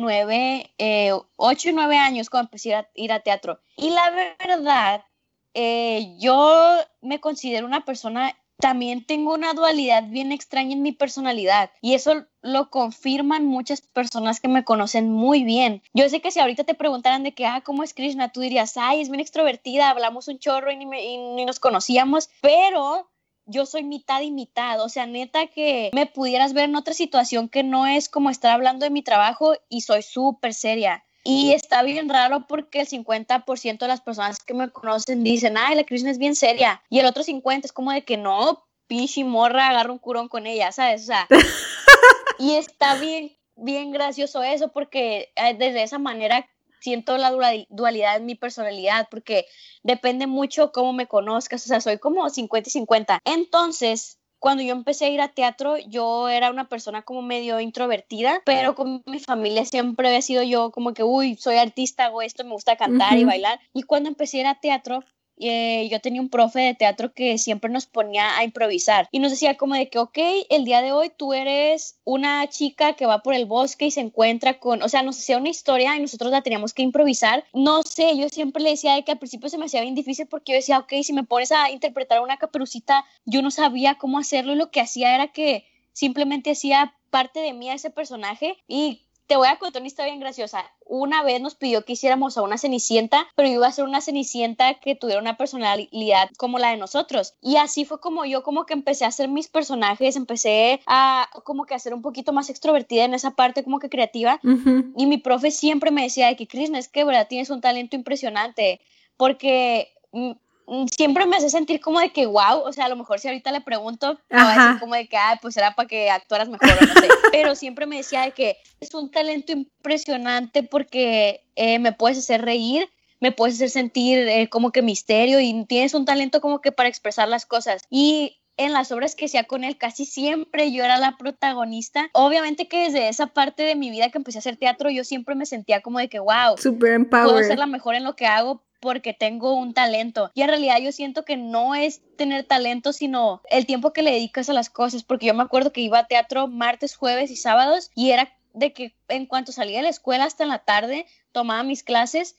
8 y 9 años cuando empecé a ir a teatro. Y la verdad, yo me considero una persona. También tengo una dualidad bien extraña en mi personalidad y eso lo confirman muchas personas que me conocen muy bien. Yo sé que si ahorita te preguntaran de que, ¿cómo es Krishna? Tú dirías, es bien extrovertida, hablamos un chorro y ni nos conocíamos, pero yo soy mitad y mitad, o sea, neta que me pudieras ver en otra situación que no es como estar hablando de mi trabajo y soy súper seria. Y está bien raro porque el 50% de las personas que me conocen dicen, la Krishna es bien seria. Y el otro 50% es como de que no, pinche morra, agarra un curón con ella, ¿sabes? O sea, y está bien gracioso eso porque desde esa manera siento la dualidad en mi personalidad porque depende mucho cómo me conozcas, o sea, soy como 50 y 50. Entonces, cuando yo empecé a ir a teatro, yo era una persona como medio introvertida, pero con mi familia siempre había sido yo como que, soy artista, hago esto, me gusta cantar y bailar. Y cuando empecé a ir a teatro, yo tenía un profe de teatro que siempre nos ponía a improvisar y nos decía como de que, ok, el día de hoy tú eres una chica que va por el bosque y se encuentra con, o sea, nos hacía una historia y nosotros la teníamos que improvisar. No sé, yo siempre le decía de que al principio se me hacía bien difícil porque yo decía, ok, si me pones a interpretar una Caperucita, yo no sabía cómo hacerlo y lo que hacía era que simplemente hacía parte de mí a ese personaje. Y te voy a contar una historia bien graciosa. Una vez nos pidió que hiciéramos a una Cenicienta, pero yo iba a ser una Cenicienta que tuviera una personalidad como la de nosotros. Y así fue como yo como que empecé a hacer mis personajes, empecé a como que a ser un poquito más extrovertida en esa parte como que creativa. Uh-huh. Y mi profe siempre me decía de que, Krishna, es que verdad tienes un talento impresionante, porque siempre me hace sentir como de que wow, o sea, a lo mejor si ahorita le pregunto, me va a decir como de que, pues era para que actuaras mejor o no sé, pero siempre me decía de que es un talento impresionante porque me puedes hacer reír, me puedes hacer sentir como que misterio y tienes un talento como que para expresar las cosas. Y en las obras que hacía con él casi siempre yo era la protagonista. Obviamente que desde esa parte de mi vida que empecé a hacer teatro yo siempre me sentía como de que wow, super empowered, puedo ser la mejor en lo que hago porque tengo un talento. Y en realidad yo siento que no es tener talento, sino el tiempo que le dedicas a las cosas, porque yo me acuerdo que iba a teatro martes, jueves y sábados y era de que en cuanto salía de la escuela hasta en la tarde tomaba mis clases.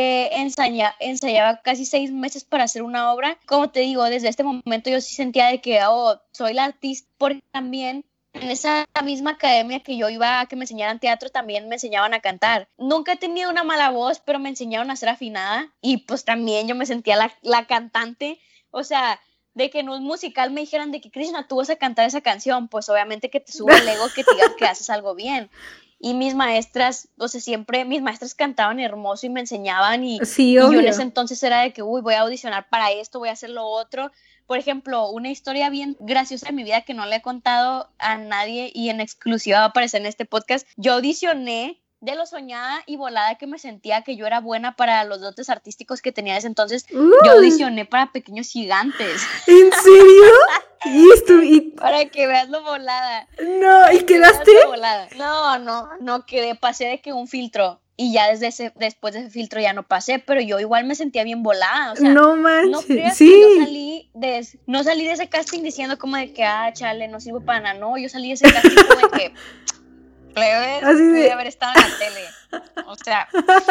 Ensayaba casi 6 meses para hacer una obra. Como te digo, desde este momento yo sí sentía de que soy la artista, porque también en esa misma academia que yo iba a que me enseñaran teatro también me enseñaban a cantar. Nunca he tenido una mala voz, pero me enseñaron a ser afinada y pues también yo me sentía la cantante. O sea, de que en un musical me dijeran de que Krishna, tú vas a cantar esa canción, pues obviamente que te suba el ego que te digan que haces algo bien. Y mis maestras, o sea, siempre mis maestras cantaban hermoso y me enseñaban y yo en ese entonces era de que, voy a audicionar para esto, voy a hacer lo otro. Por ejemplo, una historia bien graciosa de mi vida que no le he contado a nadie y en exclusiva va a aparecer en este podcast. Yo audicioné de lo soñada y volada que me sentía que yo era buena para los dotes artísticos que tenía ese entonces, yo audicioné para Pequeños Gigantes. ¿En serio? Para que veas lo volada. No, ¿y quedaste? No quedé, pasé de que un filtro. Y ya después de ese filtro ya no pasé, pero yo igual me sentía bien volada, o sea, no manches, no creas sí. que no salí de ese casting diciendo como de que, chale, no sirvo para nada, no, yo salí de ese casting como de que, plebes, pude haber estado en la tele, o sea,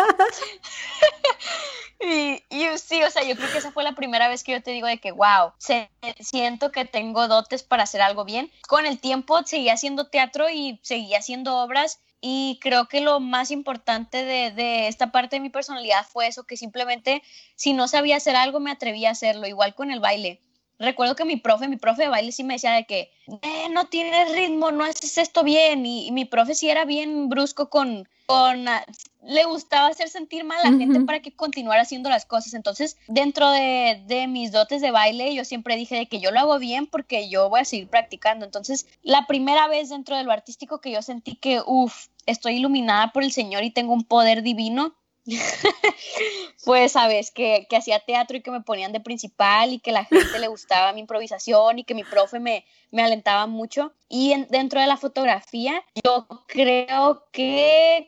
y sí, o sea, yo creo que esa fue la primera vez que yo te digo de que, wow, siento que tengo dotes para hacer algo bien. Con el tiempo seguí haciendo teatro y seguí haciendo obras. Y creo que lo más importante de esta parte de mi personalidad fue eso, que simplemente si no sabía hacer algo me atreví a hacerlo, igual con el baile. Recuerdo que mi profe de baile sí me decía de que no tienes ritmo, no haces esto bien, y mi profe sí era bien brusco le gustaba hacer sentir mal a la gente para que continuara haciendo las cosas. Entonces, dentro de mis dotes de baile, yo siempre dije de que yo lo hago bien porque yo voy a seguir practicando. Entonces, la primera vez dentro de lo artístico que yo sentí que, estoy iluminada por el Señor y tengo un poder divino, pues, sabes, que hacía teatro y que me ponían de principal y que la gente le gustaba mi improvisación y que mi profe me alentaba mucho. Y dentro de la fotografía, yo creo que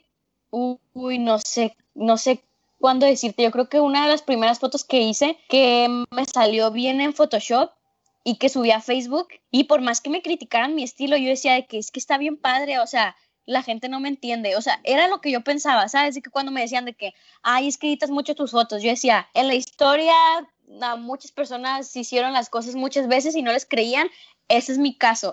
no sé cuándo decirte. Yo creo que una de las primeras fotos que hice que me salió bien en Photoshop y que subí a Facebook, y por más que me criticaran mi estilo, yo decía de que es que está bien padre, o sea, la gente no me entiende, o sea, era lo que yo pensaba, ¿sabes? De que cuando me decían de que, es que editas mucho tus fotos, yo decía, en la historia muchas personas hicieron las cosas muchas veces y no les creían, ese es mi caso.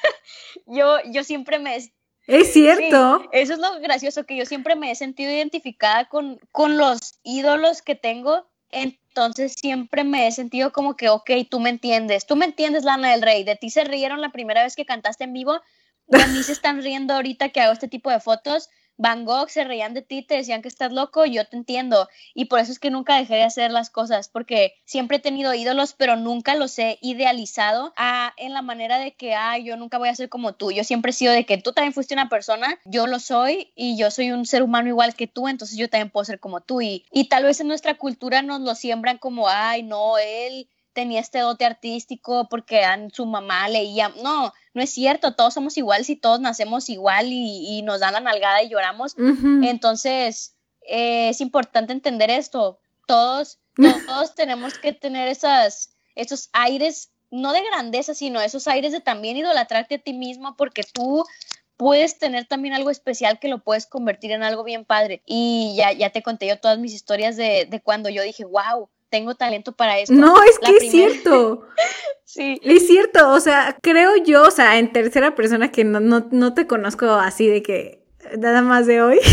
yo siempre Es cierto. Sí, eso es lo gracioso, que yo siempre me he sentido identificada con los ídolos que tengo, entonces siempre me he sentido como que, ok, tú me entiendes, Lana del Rey, de ti se rieron la primera vez que cantaste en vivo, de mí se están riendo ahorita que hago este tipo de fotos. Van Gogh se reían de ti, te decían que estás loco, yo te entiendo, y por eso es que nunca dejé de hacer las cosas, porque siempre he tenido ídolos, pero nunca los he idealizado en la manera de que, yo nunca voy a ser como tú. Yo siempre he sido de que tú también fuiste una persona, yo lo soy, y yo soy un ser humano igual que tú, entonces yo también puedo ser como tú, y tal vez en nuestra cultura nos lo siembran como, no, él tenía este dote artístico porque su mamá leía. No es cierto, todos somos iguales y todos nacemos igual y nos dan la nalgada y lloramos. Entonces, es importante entender esto. Todos tenemos que tener esos aires, no de grandeza, sino esos aires de también idolatrarte a ti mismo, porque tú puedes tener también algo especial que lo puedes convertir en algo bien padre. Y ya te conté yo todas mis historias de cuando yo dije, wow, tengo talento para esto. No, es que es cierto. Sí. Es cierto, o sea, creo yo, o sea, en tercera persona, que no te conozco así de que nada más de hoy,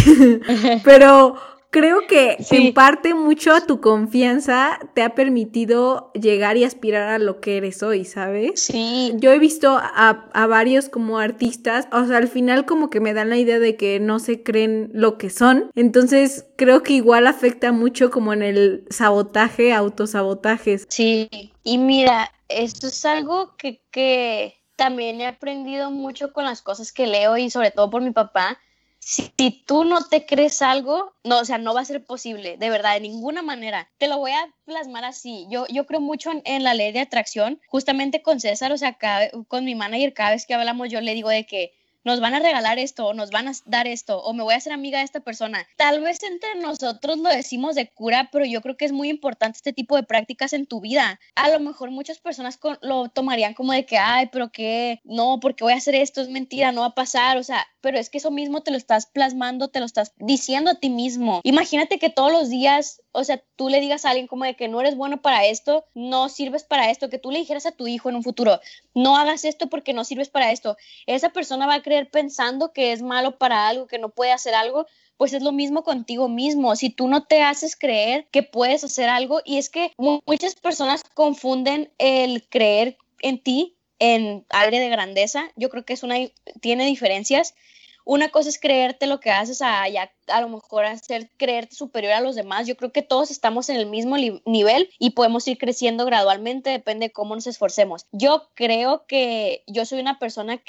pero creo que en parte mucho a tu confianza te ha permitido llegar y aspirar a lo que eres hoy, ¿sabes? Sí. Yo he visto a varios como artistas, o sea, al final como que me dan la idea de que no se creen lo que son, entonces creo que igual afecta mucho como en el autosabotajes. Sí, y mira, esto es algo que también he aprendido mucho con las cosas que leo y sobre todo por mi papá. Si tú no te crees algo, no, o sea, no va a ser posible, de verdad, de ninguna manera. Te lo voy a plasmar así. Yo creo mucho en la ley de atracción, justamente con César, o sea, con mi manager, cada vez que hablamos yo le digo de que nos van a regalar esto, o nos van a dar esto, o me voy a hacer amiga de esta persona. Tal vez entre nosotros lo decimos de cura, pero yo creo que es muy importante este tipo de prácticas en tu vida. A lo mejor muchas personas lo tomarían como de que, pero qué, no, porque voy a hacer esto, es mentira, no va a pasar, o sea, pero es que eso mismo te lo estás plasmando, te lo estás diciendo a ti mismo. Imagínate que todos los días, o sea, tú le digas a alguien como de que no eres bueno para esto, no sirves para esto, que tú le dijeras a tu hijo en un futuro, no hagas esto porque no sirves para esto. Esa persona va a creer pensando que es malo para algo, que no puede hacer algo. Pues es lo mismo contigo mismo. Si tú no te haces creer que puedes hacer algo, y es que muchas personas confunden el creer en ti en aire de grandeza. Yo creo que tiene diferencias. Una cosa es creerte lo que haces, a lo mejor creerte superior a los demás. Yo creo que todos estamos en el mismo nivel y podemos ir creciendo gradualmente, depende de cómo nos esforcemos. Yo creo que yo soy una persona que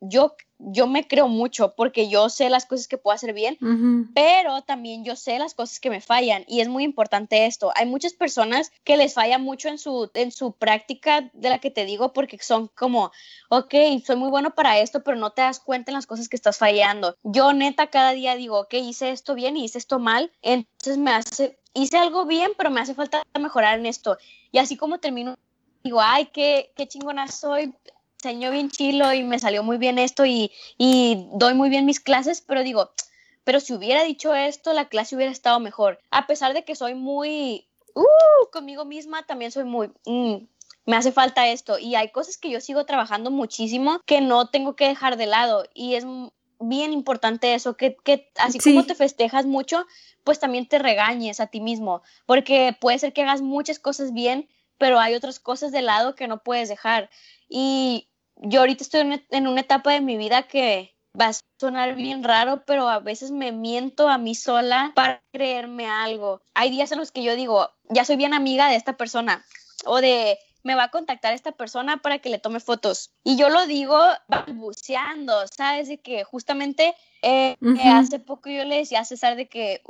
yo me creo mucho porque yo sé las cosas que puedo hacer bien, pero también yo sé las cosas que me fallan y es muy importante esto. Hay muchas personas que les falla mucho en su práctica de la que te digo porque son como, ok, soy muy bueno para esto, pero no te das cuenta en las cosas que estás fallando. Yo neta cada día digo, ok, hice esto bien y hice esto mal, entonces hice algo bien, pero me hace falta mejorar en esto. Y así como termino, digo, ay, qué chingona soy, enseño bien chilo y me salió muy bien esto y doy muy bien mis clases, pero digo, pero si hubiera dicho esto, la clase hubiera estado mejor. A pesar de que soy muy, conmigo misma, también soy muy, me hace falta esto. Y hay cosas que yo sigo trabajando muchísimo que no tengo que dejar de lado. Y es bien importante eso, que así como te festejas mucho, pues también te regañes a ti mismo. Porque puede ser que hagas muchas cosas bien, pero hay otras cosas de lado que no puedes dejar. Y yo ahorita estoy en una etapa de mi vida que va a sonar bien raro, pero a veces me miento a mí sola para creerme algo. Hay días en los que yo digo, ya soy bien amiga de esta persona o de me va a contactar esta persona para que le tome fotos. Y yo lo digo balbuceando, ¿sabes? De que justamente hace poco yo le decía a César de que,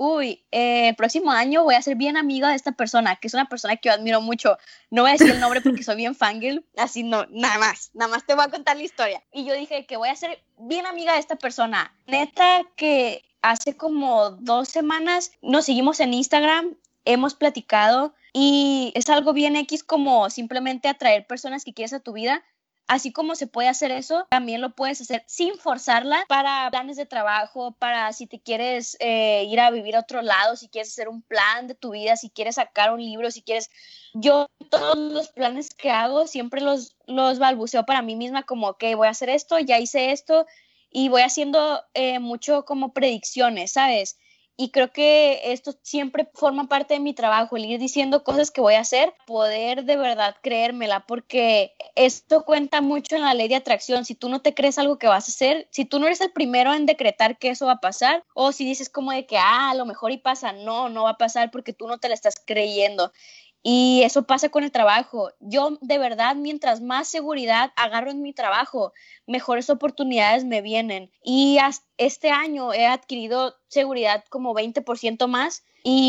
el próximo año voy a ser bien amiga de esta persona, que es una persona que yo admiro mucho. No voy a decir el nombre porque soy bien fangirl, así no, nada más te voy a contar la historia. Y yo dije que voy a ser bien amiga de esta persona. Neta que hace como 2 semanas nos seguimos en Instagram, hemos platicado y es algo bien X como simplemente atraer personas que quieres a tu vida. Así como se puede hacer eso, también lo puedes hacer sin forzarla para planes de trabajo, para si te quieres ir a vivir a otro lado, si quieres hacer un plan de tu vida, si quieres sacar un libro, si quieres... Yo todos los planes que hago siempre los balbuceo para mí misma como, ok, voy a hacer esto, ya hice esto y voy haciendo mucho como predicciones, ¿sabes? Y creo que esto siempre forma parte de mi trabajo, el ir diciendo cosas que voy a hacer, poder de verdad creérmela, porque esto cuenta mucho en la ley de atracción. Si tú no te crees algo que vas a hacer, si tú no eres el primero en decretar que eso va a pasar, o si dices como de que, a lo mejor y pasa, no va a pasar porque tú no te la estás creyendo. Y eso pasa con el trabajo. Yo de verdad, mientras más seguridad agarro en mi trabajo, mejores oportunidades me vienen. Y este año he adquirido seguridad como 20% más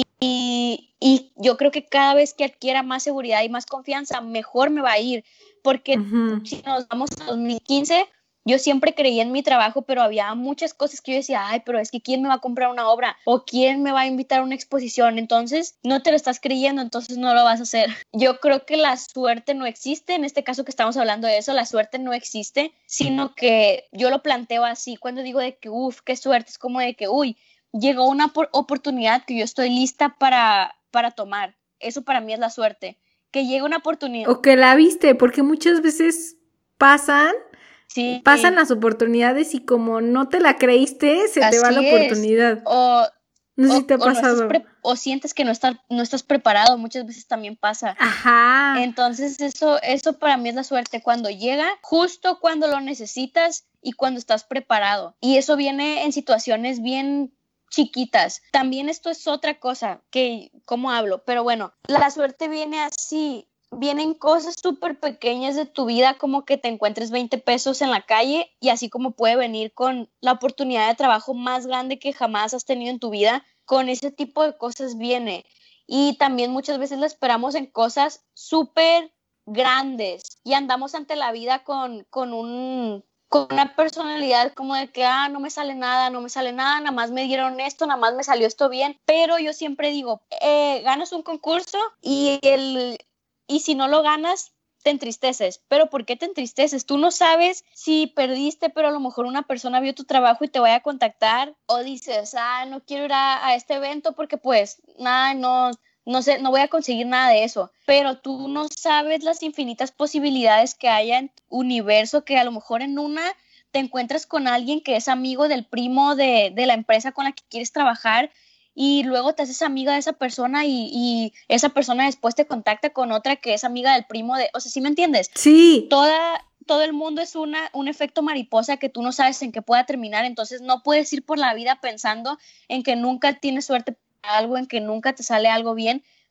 y yo creo que cada vez que adquiera más seguridad y más confianza, mejor me va a ir. Porque si nos vamos a 2015, yo siempre creí en mi trabajo, pero había muchas cosas que yo decía, ay, pero es que ¿quién me va a comprar una obra? ¿O quién me va a invitar a una exposición? Entonces, no te lo estás creyendo, entonces no lo vas a hacer. Yo creo que la suerte no existe, en este caso que estamos hablando de eso, la suerte no existe, sino que yo lo planteo así, cuando digo de que, qué suerte, es como de que, llegó una oportunidad que yo estoy lista para tomar. Eso para mí es la suerte, que llegue una oportunidad. O que la viste, porque muchas veces pasan las oportunidades y como no te la creíste, se te va la oportunidad. No sé si te ha pasado. O sientes que no estás preparado, muchas veces también pasa. Ajá. Entonces eso para mí es la suerte, cuando llega justo cuando lo necesitas y cuando estás preparado. Y eso viene en situaciones bien chiquitas. También esto es otra cosa que, ¿cómo hablo? Pero bueno, la suerte viene así. Vienen cosas súper pequeñas de tu vida, como que te encuentres 20 pesos en la calle, y así como puede venir con la oportunidad de trabajo más grande que jamás has tenido en tu vida, con ese tipo de cosas viene. Y también muchas veces la esperamos en cosas súper grandes y andamos ante la vida con una personalidad como de que, no me sale nada, nada más me dieron esto, nada más me salió esto bien. Pero yo siempre digo, ganas un concurso y si no lo ganas, te entristeces. ¿Pero por qué te entristeces? Tú no sabes si perdiste, pero a lo mejor una persona vio tu trabajo y te vaya a contactar, o dices, no quiero ir a este evento porque pues nada, no sé, no voy a conseguir nada de eso. Pero tú no sabes las infinitas posibilidades que hay en tu universo, que a lo mejor en una te encuentras con alguien que es amigo del primo de la empresa con la que quieres trabajar, y luego te haces amiga de esa persona y esa persona después te contacta con otra que es amiga del primo de... O sea, ¿sí me entiendes? Sí. Todo el mundo es un efecto mariposa que tú no sabes en qué pueda terminar, entonces no puedes ir por la vida pensando en que nunca tienes suerte para algo, en que nunca te sale algo bien,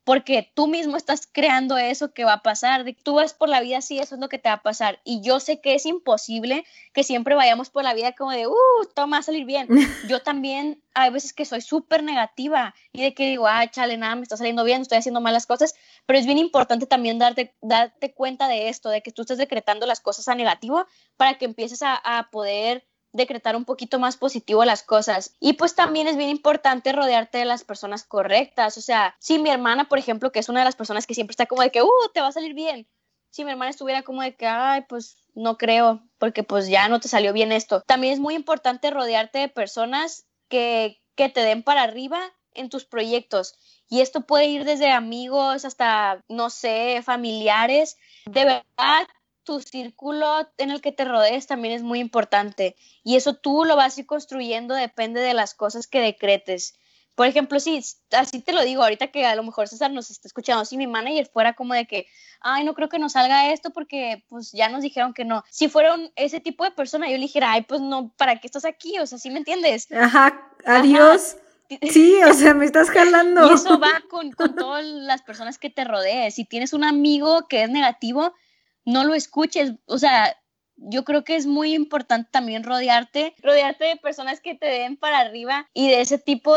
porque tú mismo estás creando eso que va a pasar. Tú vas por la vida así, eso es lo que te va a pasar. Y yo sé que es imposible que siempre vayamos por la vida como de, todo me va a salir bien. Yo también hay veces que soy súper negativa y de que digo, chale, nada, me está saliendo bien, estoy haciendo malas cosas, pero es bien importante también darte cuenta de esto, de que tú estás decretando las cosas a negativo para que empieces a poder decretar un poquito más positivo las cosas. Y pues también es bien importante rodearte de las personas correctas. O sea, si mi hermana, por ejemplo, que es una de las personas que siempre está como de que, te va a salir bien. Si mi hermana estuviera como de que, pues no creo, porque pues ya no te salió bien esto. También es muy importante rodearte de personas que te den para arriba en tus proyectos. Y esto puede ir desde amigos hasta, no sé, familiares. De verdad, tu círculo en el que te rodees también es muy importante y eso tú lo vas a ir construyendo, depende de las cosas que decretes. Por ejemplo, si así te lo digo, ahorita que a lo mejor César nos está escuchando, si mi manager fuera como de que, no creo que nos salga esto porque pues ya nos dijeron que no. Si fuera ese tipo de persona, yo le dijera, pues no, ¿para qué estás aquí? O sea, ¿sí me entiendes? Ajá, adiós. Ajá. Sí, o sea, me estás jalando. Y eso va con todas las personas que te rodees. Si tienes un amigo que es negativo, no lo escuches. O sea, yo creo que es muy importante también rodearte de personas que te den para arriba y de ese tipo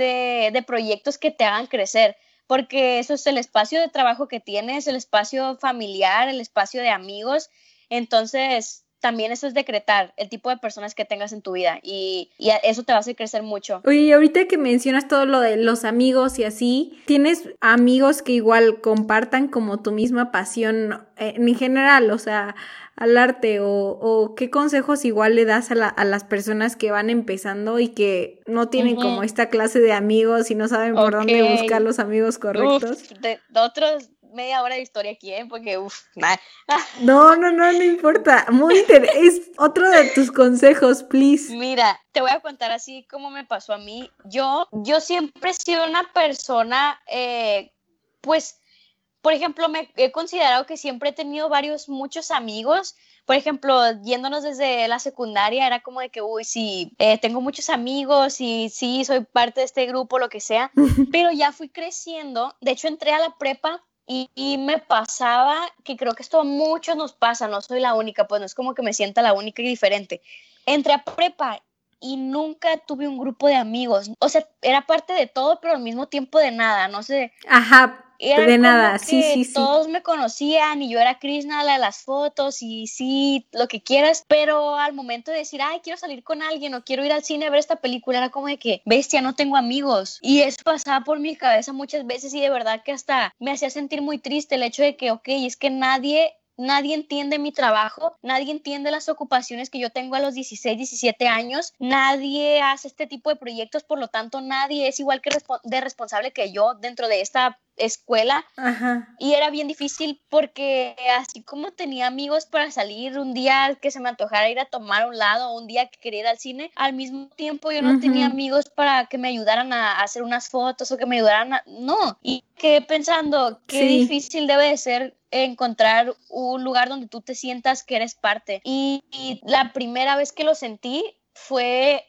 de proyectos que te hagan crecer, porque eso es el espacio de trabajo que tienes, el espacio familiar, el espacio de amigos. Entonces también eso es decretar el tipo de personas que tengas en tu vida y eso te va a hacer crecer mucho. Oye, ahorita que mencionas todo lo de los amigos y así, ¿tienes amigos que igual compartan como tu misma pasión en general, o sea, al arte o qué consejos igual le das a las personas que van empezando y que no tienen como esta clase de amigos y no saben por dónde buscar los amigos correctos? De otros media hora de historia aquí, porque nada. No importa. Es otro de tus consejos, please. Mira, te voy a contar así como me pasó a mí. Yo siempre he sido una persona, pues, por ejemplo, me he considerado que siempre he tenido muchos amigos. Por ejemplo, yéndonos desde la secundaria, era como de que, sí, tengo muchos amigos y sí, soy parte de este grupo, lo que sea. Pero ya fui creciendo. De hecho, entré a la prepa. Y me pasaba, que creo que esto a muchos nos pasa, no soy la única, pues no es como que me sienta la única y diferente. Entré a prepa y nunca tuve un grupo de amigos. O sea, era parte de todo, pero al mismo tiempo de nada, no sé. Ajá, Era de como nada, que sí. todos me conocían y yo era Krishna, la de las fotos y sí, lo que quieras, pero al momento de decir, quiero salir con alguien o quiero ir al cine a ver esta película, era como de que, bestia, no tengo amigos. Y eso pasaba por mi cabeza muchas veces y de verdad que hasta me hacía sentir muy triste el hecho de que, es que nadie entiende mi trabajo, nadie entiende las ocupaciones que yo tengo a los 16, 17 años, nadie hace este tipo de proyectos, por lo tanto nadie es igual que de responsable que yo dentro de esta escuela. Ajá. Y era bien difícil porque así como tenía amigos para salir un día que se me antojara ir a tomar a un lado o un día que quería ir al cine, al mismo tiempo yo no tenía amigos para que me ayudaran a hacer unas fotos o que me ayudaran no, y quedé pensando qué difícil debe de ser encontrar un lugar donde tú te sientas que eres parte y la primera vez que lo sentí fue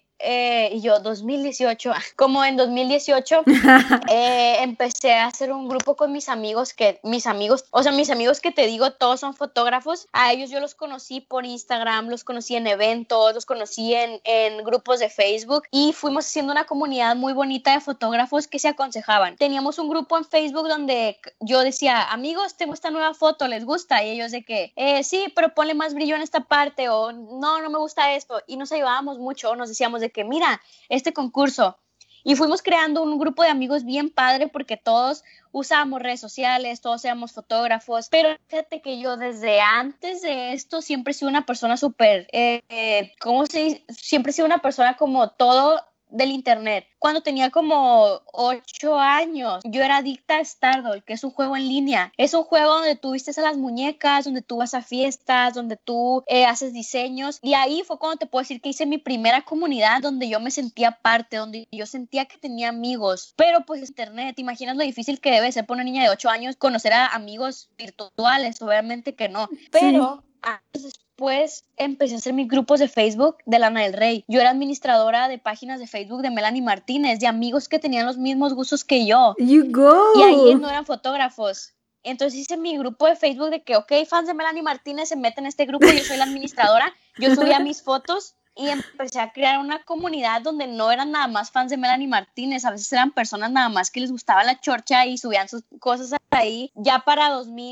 2018, como en 2018 empecé a hacer un grupo con mis amigos mis amigos que te digo, todos son fotógrafos. A ellos yo los conocí por Instagram, los conocí en eventos, los conocí en grupos de Facebook y fuimos haciendo una comunidad muy bonita de fotógrafos que se aconsejaban. Teníamos un grupo en Facebook donde yo decía, amigos, tengo esta nueva foto, ¿les gusta? Y ellos de que, sí, pero ponle más brillo en esta parte o no me gusta esto. Y nos ayudábamos mucho, nos decíamos de que, mira, este concurso. Y fuimos creando un grupo de amigos bien padre porque todos usábamos redes sociales, todos éramos fotógrafos, pero fíjate que yo desde antes de esto siempre he sido una persona súper, siempre he sido una persona como todo del internet. Cuando tenía como 8 años, yo era adicta a Stardoll, que es un juego en línea. Es un juego donde tú vistes a las muñecas, donde tú vas a fiestas, donde tú haces diseños. Y ahí fue cuando te puedo decir que hice mi primera comunidad donde yo me sentía parte, donde yo sentía que tenía amigos. Pero pues internet, ¿te imaginas lo difícil que debe ser para una niña de 8 años conocer a amigos virtuales? Obviamente que no. Pero después empecé a hacer mis grupos de Facebook de Lana del Rey. Yo era administradora de páginas de Facebook de Melanie Martínez Martínez, de amigos que tenían los mismos gustos que yo. You go. Y ahí no eran fotógrafos. Entonces hice mi grupo de Facebook de que, ok, fans de Melanie Martínez se meten en este grupo, yo soy la administradora, yo subía mis fotos y empecé a crear una comunidad donde no eran nada más fans de Melanie Martínez, a veces eran personas nada más que les gustaba la chorcha y subían sus cosas ahí. Ya para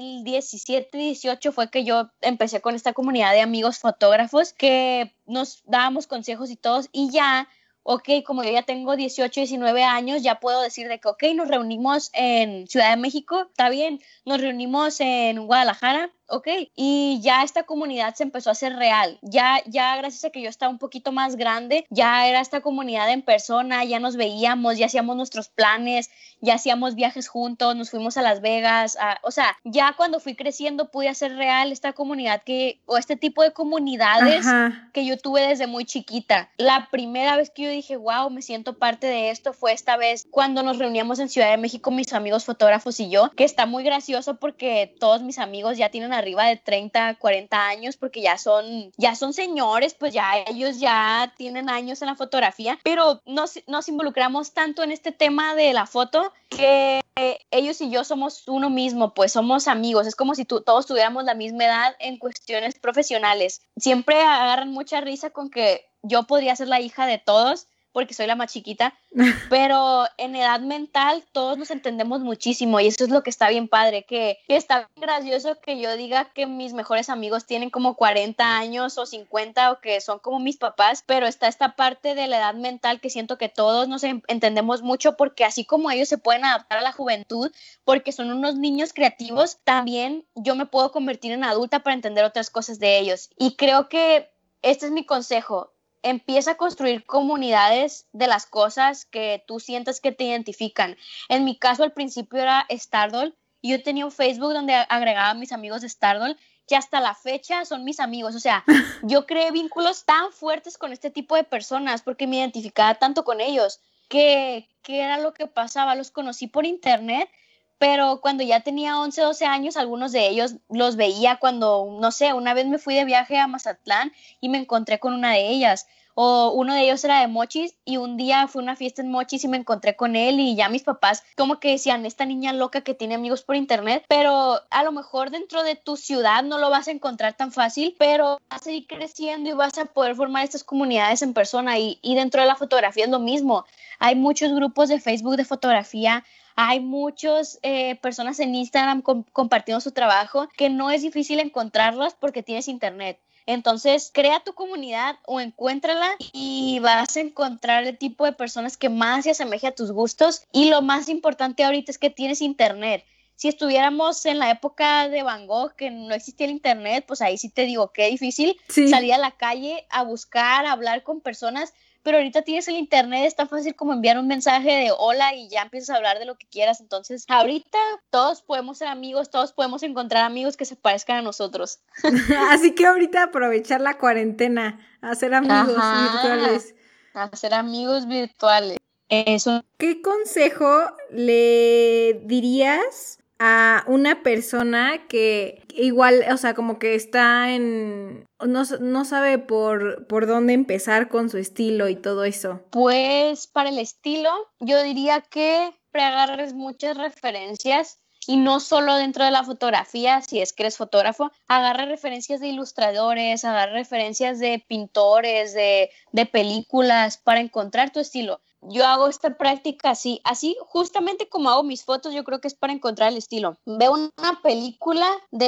2017-18 fue que yo empecé con esta comunidad de amigos fotógrafos que nos dábamos consejos y todos, y ya, ok, como yo ya tengo 18, 19 años, ya puedo decir de que, ok, nos reunimos en Ciudad de México, está bien, nos reunimos en Guadalajara, ok, y ya esta comunidad se empezó a hacer real, ya gracias a que yo estaba un poquito más grande, ya era esta comunidad en persona, ya nos veíamos, ya hacíamos nuestros planes, ya hacíamos viajes juntos, nos fuimos a Las Vegas, o sea, ya cuando fui creciendo pude hacer real esta comunidad o este tipo de comunidades que yo tuve desde muy chiquita. La primera vez que yo dije, wow, me siento parte de esto, fue esta vez cuando nos reuníamos en Ciudad de México, mis amigos fotógrafos y yo, que está muy gracioso porque todos mis amigos ya tienen arriba de 30, 40 años, porque ya son señores, pues ya ellos ya tienen años en la fotografía, pero nos involucramos tanto en este tema de la foto que ellos y yo somos uno mismo, pues somos amigos, es como si todos tuviéramos la misma edad en cuestiones profesionales. Siempre agarran mucha risa con que yo podría ser la hija de todos porque soy la más chiquita, pero en edad mental todos nos entendemos muchísimo y eso es lo que está bien padre, que está bien gracioso que yo diga que mis mejores amigos tienen como 40 años o 50 o que son como mis papás, pero está esta parte de la edad mental que siento que todos nos entendemos mucho porque así como ellos se pueden adaptar a la juventud porque son unos niños creativos, también yo me puedo convertir en adulta para entender otras cosas de ellos. Y creo que este es mi consejo. Empieza a construir comunidades de las cosas que tú sientas que te identifican. En mi caso, al principio era Stardoll y yo tenía un Facebook donde agregaba a mis amigos de Stardoll que hasta la fecha son mis amigos. O sea, yo creé vínculos tan fuertes con este tipo de personas porque me identificaba tanto con ellos. ¿Qué era lo que pasaba? Los conocí por internet, pero cuando ya tenía 11, 12 años, algunos de ellos los veía cuando, no sé, una vez me fui de viaje a Mazatlán y me encontré con una de ellas, o uno de ellos era de Mochis y un día fue a una fiesta en Mochis y me encontré con él y ya mis papás como que decían, esta niña loca que tiene amigos por internet, pero a lo mejor dentro de tu ciudad no lo vas a encontrar tan fácil, pero vas a ir creciendo y vas a poder formar estas comunidades en persona y dentro de la fotografía es lo mismo. Hay muchos grupos de Facebook de fotografía, hay muchas personas en Instagram compartiendo su trabajo que no es difícil encontrarlas porque tienes internet. Entonces, crea tu comunidad o encuéntrala y vas a encontrar el tipo de personas que más se asemeje a tus gustos. Y lo más importante ahorita es que tienes internet. Si estuviéramos en la época de Van Gogh, que no existía el internet, pues ahí sí te digo, qué difícil salir a la calle a buscar, a hablar con personas. Pero ahorita tienes el internet, es tan fácil como enviar un mensaje de hola y ya empiezas a hablar de lo que quieras. Entonces, ahorita todos podemos ser amigos, todos podemos encontrar amigos que se parezcan a nosotros. Así que ahorita aprovechar la cuarentena, hacer amigos virtuales. Hacer amigos virtuales. Eso. ¿Qué consejo le dirías a una persona que igual, o sea, como que está no sabe por dónde empezar con su estilo y todo eso? Pues para el estilo, yo diría que agarres muchas referencias y no solo dentro de la fotografía, si es que eres fotógrafo, agarra referencias de ilustradores, agarra referencias de pintores, de películas para encontrar tu estilo. Yo hago esta práctica así justamente como hago mis fotos, yo creo que es para encontrar el estilo. Veo una película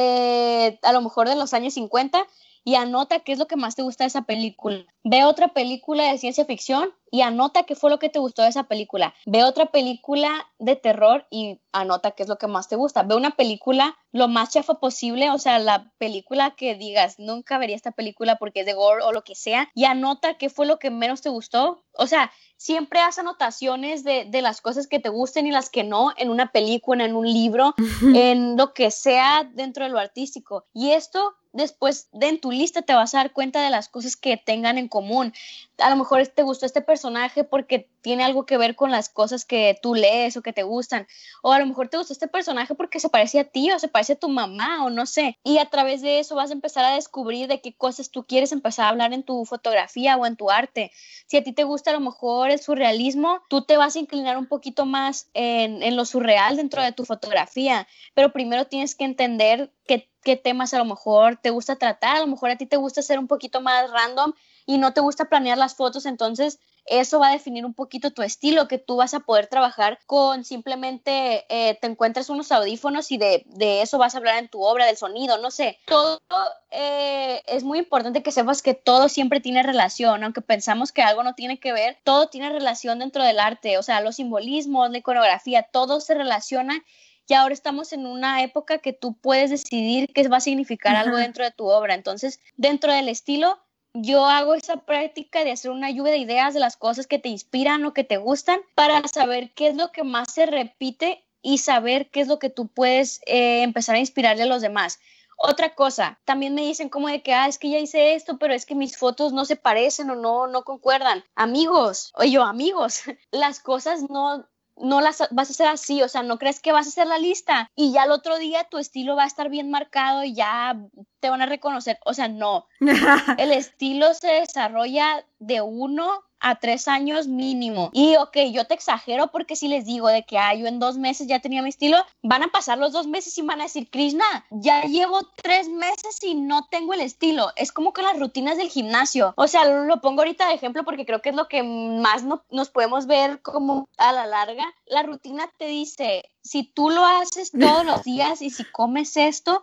a lo mejor de los años 50 y anota qué es lo que más te gusta de esa película. Ve otra película de ciencia ficción y anota qué fue lo que te gustó de esa película. Ve otra película de terror y anota qué es lo que más te gusta. Ve una película lo más chafa posible, o sea, la película que digas, nunca vería esta película porque es de gore o lo que sea, y anota qué fue lo que menos te gustó. O sea, siempre haz anotaciones de las cosas que te gusten y las que no en una película, en un libro, en lo que sea dentro de lo artístico. Y esto después en tu lista te vas a dar cuenta de las cosas que tengan en común. A lo mejor te gustó este personaje personaje porque tiene algo que ver con las cosas que tú lees o que te gustan, o a lo mejor te gustó este personaje porque se parece a ti o se parece a tu mamá o no sé, y a través de eso vas a empezar a descubrir de qué cosas tú quieres empezar a hablar en tu fotografía o en tu arte. Si a ti te gusta a lo mejor el surrealismo, tú te vas a inclinar un poquito más en lo surreal dentro de tu fotografía, pero primero tienes que entender qué temas a lo mejor te gusta tratar. A lo mejor a ti te gusta ser un poquito más random y no te gusta planear las fotos, entonces eso va a definir un poquito tu estilo, que tú vas a poder trabajar con simplemente te encuentras unos audífonos y de eso vas a hablar en tu obra, del sonido, no sé. Todo es muy importante que sepas que todo siempre tiene relación, aunque pensamos que algo no tiene que ver, todo tiene relación dentro del arte, o sea, los simbolismos, la iconografía, todo se relaciona. Y ahora estamos en una época que tú puedes decidir qué va a significar algo dentro de tu obra. Entonces, dentro del estilo, yo hago esa práctica de hacer una lluvia de ideas de las cosas que te inspiran o que te gustan para saber qué es lo que más se repite y saber qué es lo que tú puedes empezar a inspirarle a los demás. Otra cosa, también me dicen como de que, es que ya hice esto, pero es que mis fotos no se parecen o no concuerdan. Amigos, las cosas no las vas a hacer así, o sea, no crees que vas a hacer la lista y ya el otro día tu estilo va a estar bien marcado y ya te van a reconocer, o sea, no. El estilo se desarrolla de 1 a 3 años mínimo. Y ok, yo te exagero porque si les digo de que yo en 2 meses ya tenía mi estilo, van a pasar los 2 meses y van a decir, Krishna, ya llevo 3 meses y no tengo el estilo. Es como que las rutinas del gimnasio. O sea, lo pongo ahorita de ejemplo porque creo que es lo que más nos podemos ver como a la larga. La rutina te dice, si tú lo haces todos los días y si comes esto,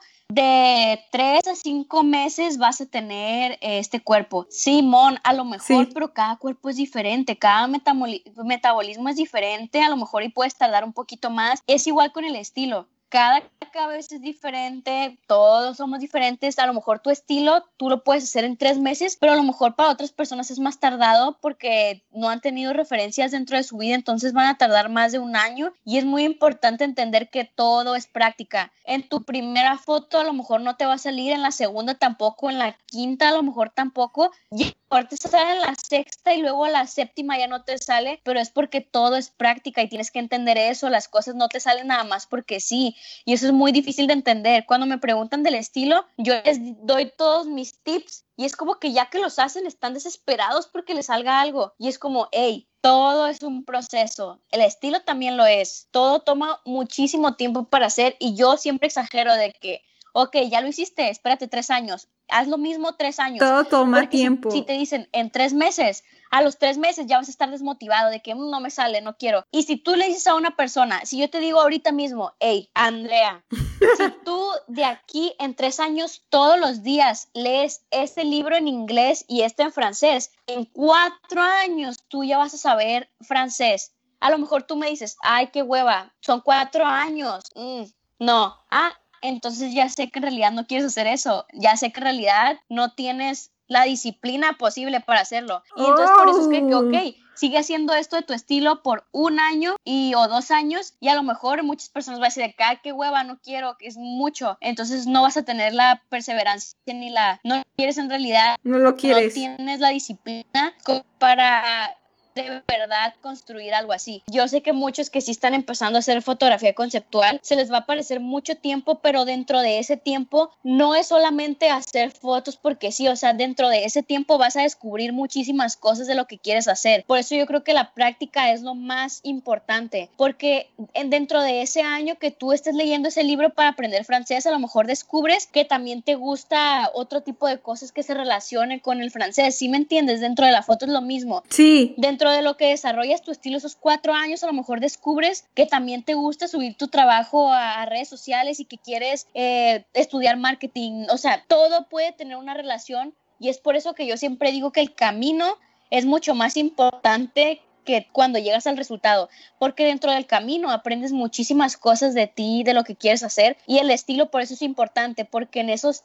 de 3 a 5 meses vas a tener este cuerpo. Simón, a lo mejor, sí, pero cada cuerpo es diferente, cada metabolismo es diferente, a lo mejor y puedes tardar un poquito más. Es igual con el estilo. Cada cabeza es diferente, todos somos diferentes, a lo mejor tu estilo tú lo puedes hacer en 3 meses, pero a lo mejor para otras personas es más tardado porque no han tenido referencias dentro de su vida, entonces van a tardar más de 1 año y es muy importante entender que todo es práctica. En tu primera foto a lo mejor no te va a salir, en la segunda tampoco, en la quinta a lo mejor tampoco, y aparte sale en la sexta y luego la séptima ya no te sale, pero es porque todo es práctica y tienes que entender eso, las cosas no te salen nada más porque sí. Y eso es muy difícil de entender. Cuando me preguntan del estilo, yo les doy todos mis tips y es como que ya que los hacen están desesperados porque les salga algo. Y es como, hey, todo es un proceso. El estilo también lo es. Todo toma muchísimo tiempo para hacer y yo siempre exagero de que, ok, ya lo hiciste, espérate 3 años. Haz lo mismo 3 años. Todo toma porque tiempo. Si te dicen en 3 meses, a los 3 meses ya vas a estar desmotivado de que no me sale, no quiero. Y si tú le dices a una persona, si yo te digo ahorita mismo, hey, Andrea, si tú de aquí en 3 años todos los días lees este libro en inglés y este en francés, en 4 años tú ya vas a saber francés. A lo mejor tú me dices, ay, qué hueva, son 4 años. No, entonces ya sé que en realidad no quieres hacer eso, ya sé que en realidad no tienes la disciplina posible para hacerlo. Y entonces por eso es que, ok, sigue haciendo esto de tu estilo por 1 año o 2 años y a lo mejor muchas personas van a decir, qué hueva, no quiero, que es mucho. Entonces no vas a tener la perseverancia ni no lo quieres en realidad. No lo quieres. No tienes la disciplina para de verdad construir algo así. Yo sé que muchos que sí están empezando a hacer fotografía conceptual, se les va a parecer mucho tiempo, pero dentro de ese tiempo no es solamente hacer fotos porque sí, o sea, dentro de ese tiempo vas a descubrir muchísimas cosas de lo que quieres hacer. Por eso yo creo que la práctica es lo más importante, porque dentro de ese año que tú estés leyendo ese libro para aprender francés, a lo mejor descubres que también te gusta otro tipo de cosas que se relacionen con el francés. ¿Sí me entiendes? Dentro de la foto es lo mismo. Sí. Dentro de lo que desarrollas tu estilo esos 4 años, a lo mejor descubres que también te gusta subir tu trabajo a redes sociales y que quieres estudiar marketing. O sea, todo puede tener una relación y es por eso que yo siempre digo que el camino es mucho más importante que cuando llegas al resultado, porque dentro del camino aprendes muchísimas cosas de ti, de lo que quieres hacer, y el estilo por eso es importante, porque en esos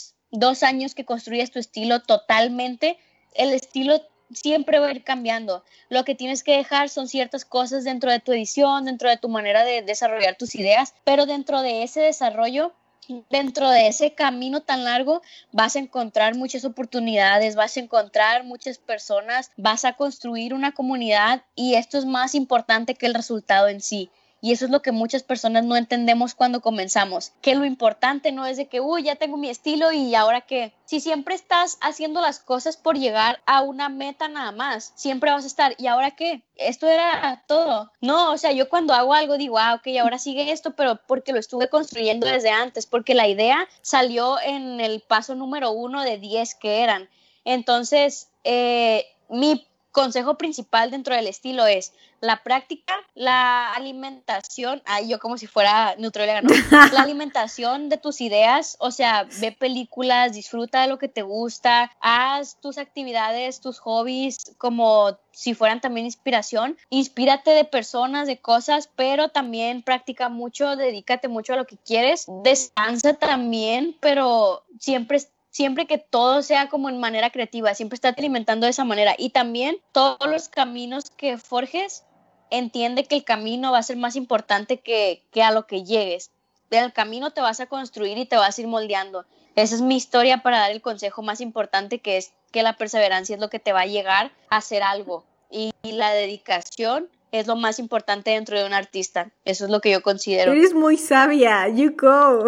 2 años que construyes tu estilo totalmente, el estilo siempre va a ir cambiando. Lo que tienes que dejar son ciertas cosas dentro de tu edición, dentro de tu manera de desarrollar tus ideas, pero dentro de ese desarrollo dentro de ese camino tan largo vas a encontrar muchas oportunidades, vas a encontrar muchas personas, vas a construir una comunidad y esto es más importante que el resultado en sí. Y eso es lo que muchas personas no entendemos cuando comenzamos, que lo importante no es de que, ya tengo mi estilo y ahora qué. Si siempre estás haciendo las cosas por llegar a una meta nada más, siempre vas a estar, ¿y ahora qué? Esto era todo. No, o sea, yo cuando hago algo digo, ok, ahora sigue esto, pero porque lo estuve construyendo desde antes, porque la idea salió en el paso número 1 de 10 que eran. Entonces, mi consejo principal dentro del estilo es la práctica, la alimentación, yo como si fuera nutrióloga, ¿no? La alimentación de tus ideas, o sea, ve películas, disfruta de lo que te gusta, haz tus actividades, tus hobbies como si fueran también inspiración, inspírate de personas, de cosas, pero también practica mucho, dedícate mucho a lo que quieres, descansa también, pero siempre que todo sea como en manera creativa, siempre estate alimentando de esa manera. Y también todos los caminos que forjes, entiende que el camino va a ser más importante que a lo que llegues. En el camino te vas a construir y te vas a ir moldeando. Esa es mi historia para dar el consejo más importante, que es que la perseverancia es lo que te va a llegar a hacer algo. Y la dedicación es lo más importante dentro de un artista. Eso es lo que yo considero. Eres muy sabia, you go.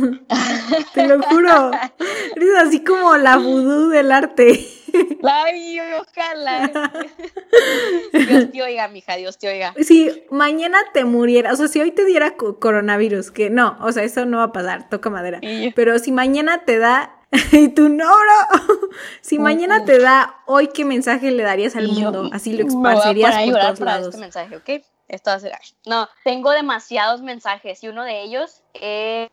Te lo juro. Eres así como la vudú del arte. Ay, ojalá. Dios te oiga, mija, Dios te oiga. Si mañana te muriera, o sea, si hoy te diera coronavirus, que no, o sea, eso no va a pasar, toca madera. Pero si mañana te da, y tú no, bro. Si mañana te da, hoy, ¿qué mensaje le darías al mundo? Así lo esparcerías por todos lados. Este mensaje, ¿ok? Esto va a ser... No, tengo demasiados mensajes y uno de ellos es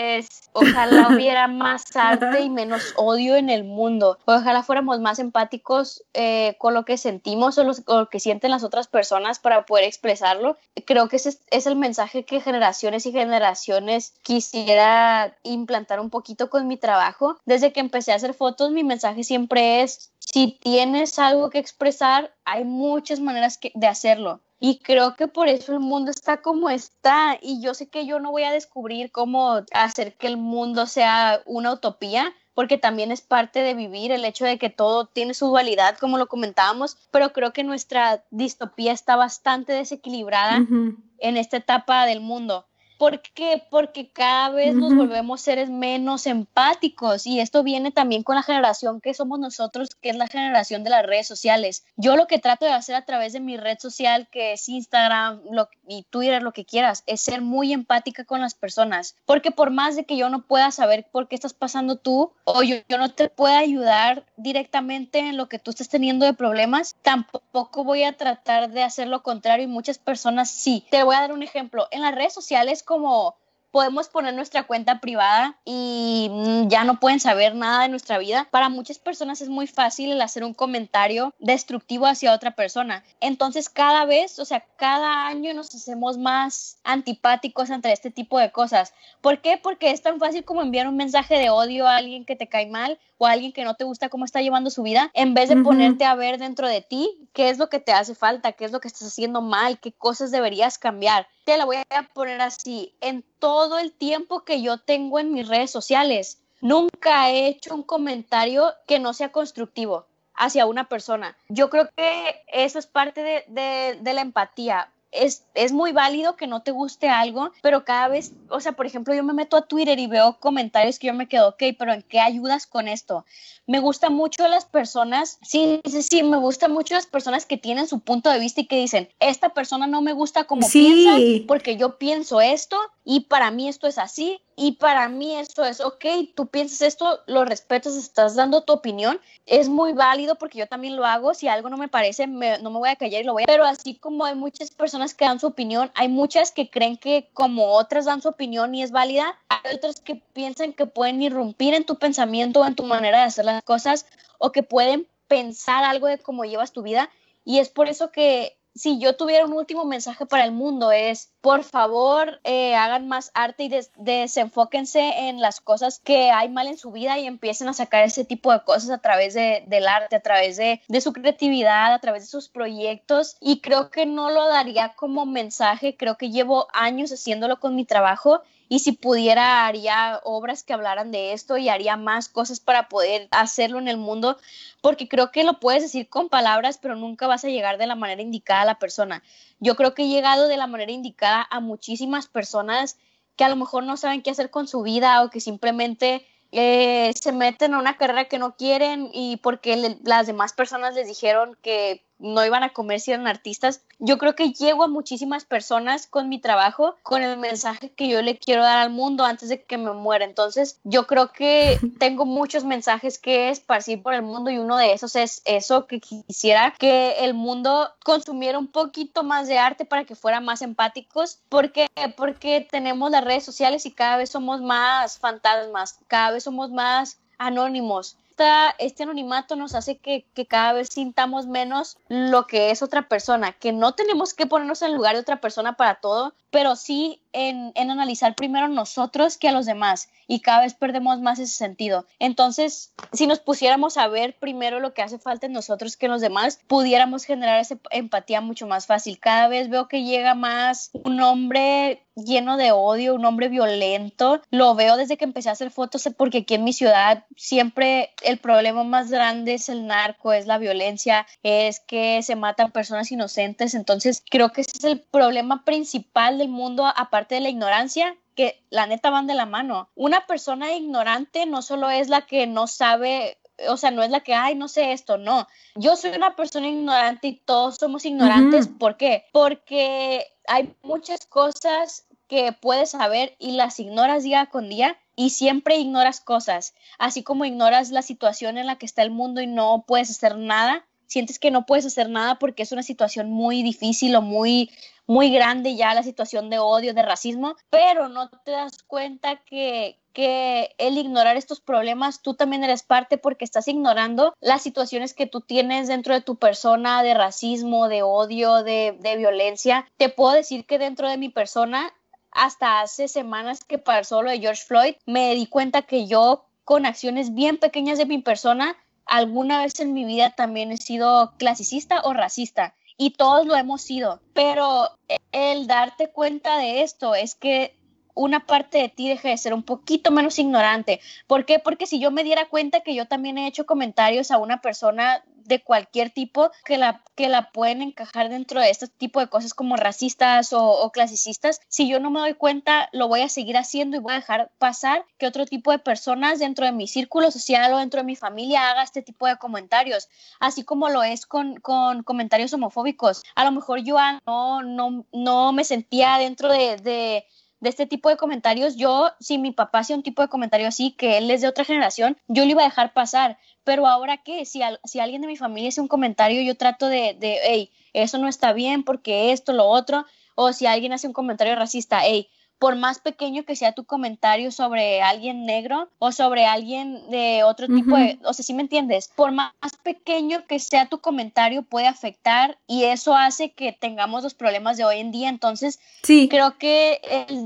ojalá hubiera más arte y menos odio en el mundo. Ojalá fuéramos más empáticos con lo que sentimos o lo que sienten las otras personas para poder expresarlo. Creo que ese es el mensaje que generaciones y generaciones quisiera implantar un poquito con mi trabajo. Desde que empecé a hacer fotos, mi mensaje siempre es: si tienes algo que expresar, hay muchas maneras de hacerlo. Y creo que por eso el mundo está como está. Y yo sé que yo no voy a descubrir cómo hacer que el mundo sea una utopía, porque también es parte de vivir el hecho de que todo tiene su dualidad, como lo comentábamos, pero creo que nuestra distopía está bastante desequilibrada en esta etapa del mundo. ¿Por qué? Porque cada vez nos volvemos seres menos empáticos, y esto viene también con la generación que somos nosotros, que es la generación de las redes sociales. Yo lo que trato de hacer a través de mi red social, que es Instagram y Twitter, lo que quieras, es ser muy empática con las personas, porque por más de que yo no pueda saber por qué estás pasando tú, o yo no te pueda ayudar directamente en lo que tú estás teniendo de problemas, tampoco voy a tratar de hacer lo contrario, y muchas personas sí. Te voy a dar un ejemplo. En las redes sociales, como podemos poner nuestra cuenta privada y ya no pueden saber nada de nuestra vida, para muchas personas es muy fácil el hacer un comentario destructivo hacia otra persona. Entonces cada vez, o sea, cada año nos hacemos más antipáticos ante este tipo de cosas. ¿Por qué? Porque es tan fácil como enviar un mensaje de odio a alguien que te cae mal o a alguien que no te gusta cómo está llevando su vida, en vez de ponerte a ver dentro de ti qué es lo que te hace falta, qué es lo que estás haciendo mal, qué cosas deberías cambiar. Te la voy a poner así: en todo el tiempo que yo tengo en mis redes sociales, nunca he hecho un comentario que no sea constructivo hacia una persona. Yo creo que eso es parte de la empatía. Es muy válido que no te guste algo, pero cada vez, o sea, por ejemplo, yo me meto a Twitter y veo comentarios que yo me quedo, ok, pero ¿en qué ayudas con esto? Me gusta mucho las personas, sí, me gusta mucho las personas que tienen su punto de vista y que dicen, esta persona no me gusta como piensa, porque yo pienso esto y para mí esto es así y para mí esto es, ok, tú piensas esto, lo respetas, estás dando tu opinión, es muy válido porque yo también lo hago. Si algo no me parece, no me voy a callar y lo voy a... Pero así como hay muchas personas que dan su opinión, hay muchas que creen que como otras dan su opinión y es válida, hay otras que piensan que pueden irrumpir en tu pensamiento o en tu manera de hacer las cosas, o que pueden pensar algo de cómo llevas tu vida. Y es por eso que si yo tuviera un último mensaje para el mundo es, por favor, hagan más arte y desenfóquense en las cosas que hay mal en su vida y empiecen a sacar ese tipo de cosas a través del arte, a través de su creatividad, a través de sus proyectos. Y creo que no lo daría como mensaje, creo que llevo años haciéndolo con mi trabajo y si pudiera haría obras que hablaran de esto y haría más cosas para poder hacerlo en el mundo, porque creo que lo puedes decir con palabras, pero nunca vas a llegar de la manera indicada a la persona. Yo creo que he llegado de la manera indicada a muchísimas personas que a lo mejor no saben qué hacer con su vida o que simplemente se meten a una carrera que no quieren y porque las demás personas les dijeron que no iban a comer si eran artistas. Yo creo que llego a muchísimas personas con mi trabajo, con el mensaje que yo le quiero dar al mundo antes de que me muera. Entonces, yo creo que tengo muchos mensajes que esparcir por el mundo y uno de esos es eso, que quisiera que el mundo consumiera un poquito más de arte para que fuera más empáticos. ¿Por qué? Porque tenemos las redes sociales y cada vez somos más fantasmas, cada vez somos más anónimos. Este anonimato nos hace que cada vez sintamos menos lo que es otra persona, que no tenemos que ponernos en el lugar de otra persona para todo, pero sí en analizar primero nosotros que a los demás, y cada vez perdemos más ese sentido. Entonces, si nos pusiéramos a ver primero lo que hace falta en nosotros que en los demás, pudiéramos generar esa empatía mucho más fácil. Cada vez veo que llega más un hombre lleno de odio, un hombre violento. Lo veo desde que empecé a hacer fotos, porque aquí en mi ciudad siempre el problema más grande es el narco, es la violencia, es que se matan personas inocentes. Entonces creo que ese es el problema principal del mundo, aparte de la ignorancia, que la neta van de la mano. Una persona ignorante no solo es la que no sabe, o sea, no es la que, ay, no sé esto, no. Yo soy una persona ignorante y todos somos ignorantes. ¿Por qué? Porque hay muchas cosas que puedes saber y las ignoras día con día, y siempre ignoras cosas, así como ignoras la situación en la que está el mundo y no puedes hacer nada. Sientes que no puedes hacer nada porque es una situación muy difícil o muy grande ya, la situación de odio, de racismo, pero no te das cuenta que el ignorar estos problemas, tú también eres parte, porque estás ignorando las situaciones que tú tienes dentro de tu persona, de racismo, de odio, de violencia. Te puedo decir que dentro de mi persona, hasta hace semanas que pasó lo de George Floyd, me di cuenta que yo, con acciones bien pequeñas de mi persona, alguna vez en mi vida también he sido clasicista o racista, y todos lo hemos sido, pero el darte cuenta de esto es que una parte de ti deja de ser un poquito menos ignorante. ¿Por qué? Porque si yo me diera cuenta que yo también he hecho comentarios a una persona de cualquier tipo que la pueden encajar dentro de este tipo de cosas como racistas o clasicistas, si yo no me doy cuenta, lo voy a seguir haciendo y voy a dejar pasar que otro tipo de personas dentro de mi círculo social o dentro de mi familia haga este tipo de comentarios, así como lo es con comentarios homofóbicos. A lo mejor yo no me sentía dentro de este tipo de comentarios. Yo, si mi papá hacía un tipo de comentario así, que él es de otra generación, yo lo iba a dejar pasar. Pero ahora, ¿qué? Si alguien de mi familia hace un comentario, yo trato hey, eso no está bien porque esto, lo otro. O si alguien hace un comentario racista, hey, por más pequeño que sea tu comentario sobre alguien negro o sobre alguien de otro tipo de, o sea, ¿sí me entiendes? Por más pequeño que sea tu comentario, puede afectar, y eso hace que tengamos los problemas de hoy en día. Entonces, sí, creo que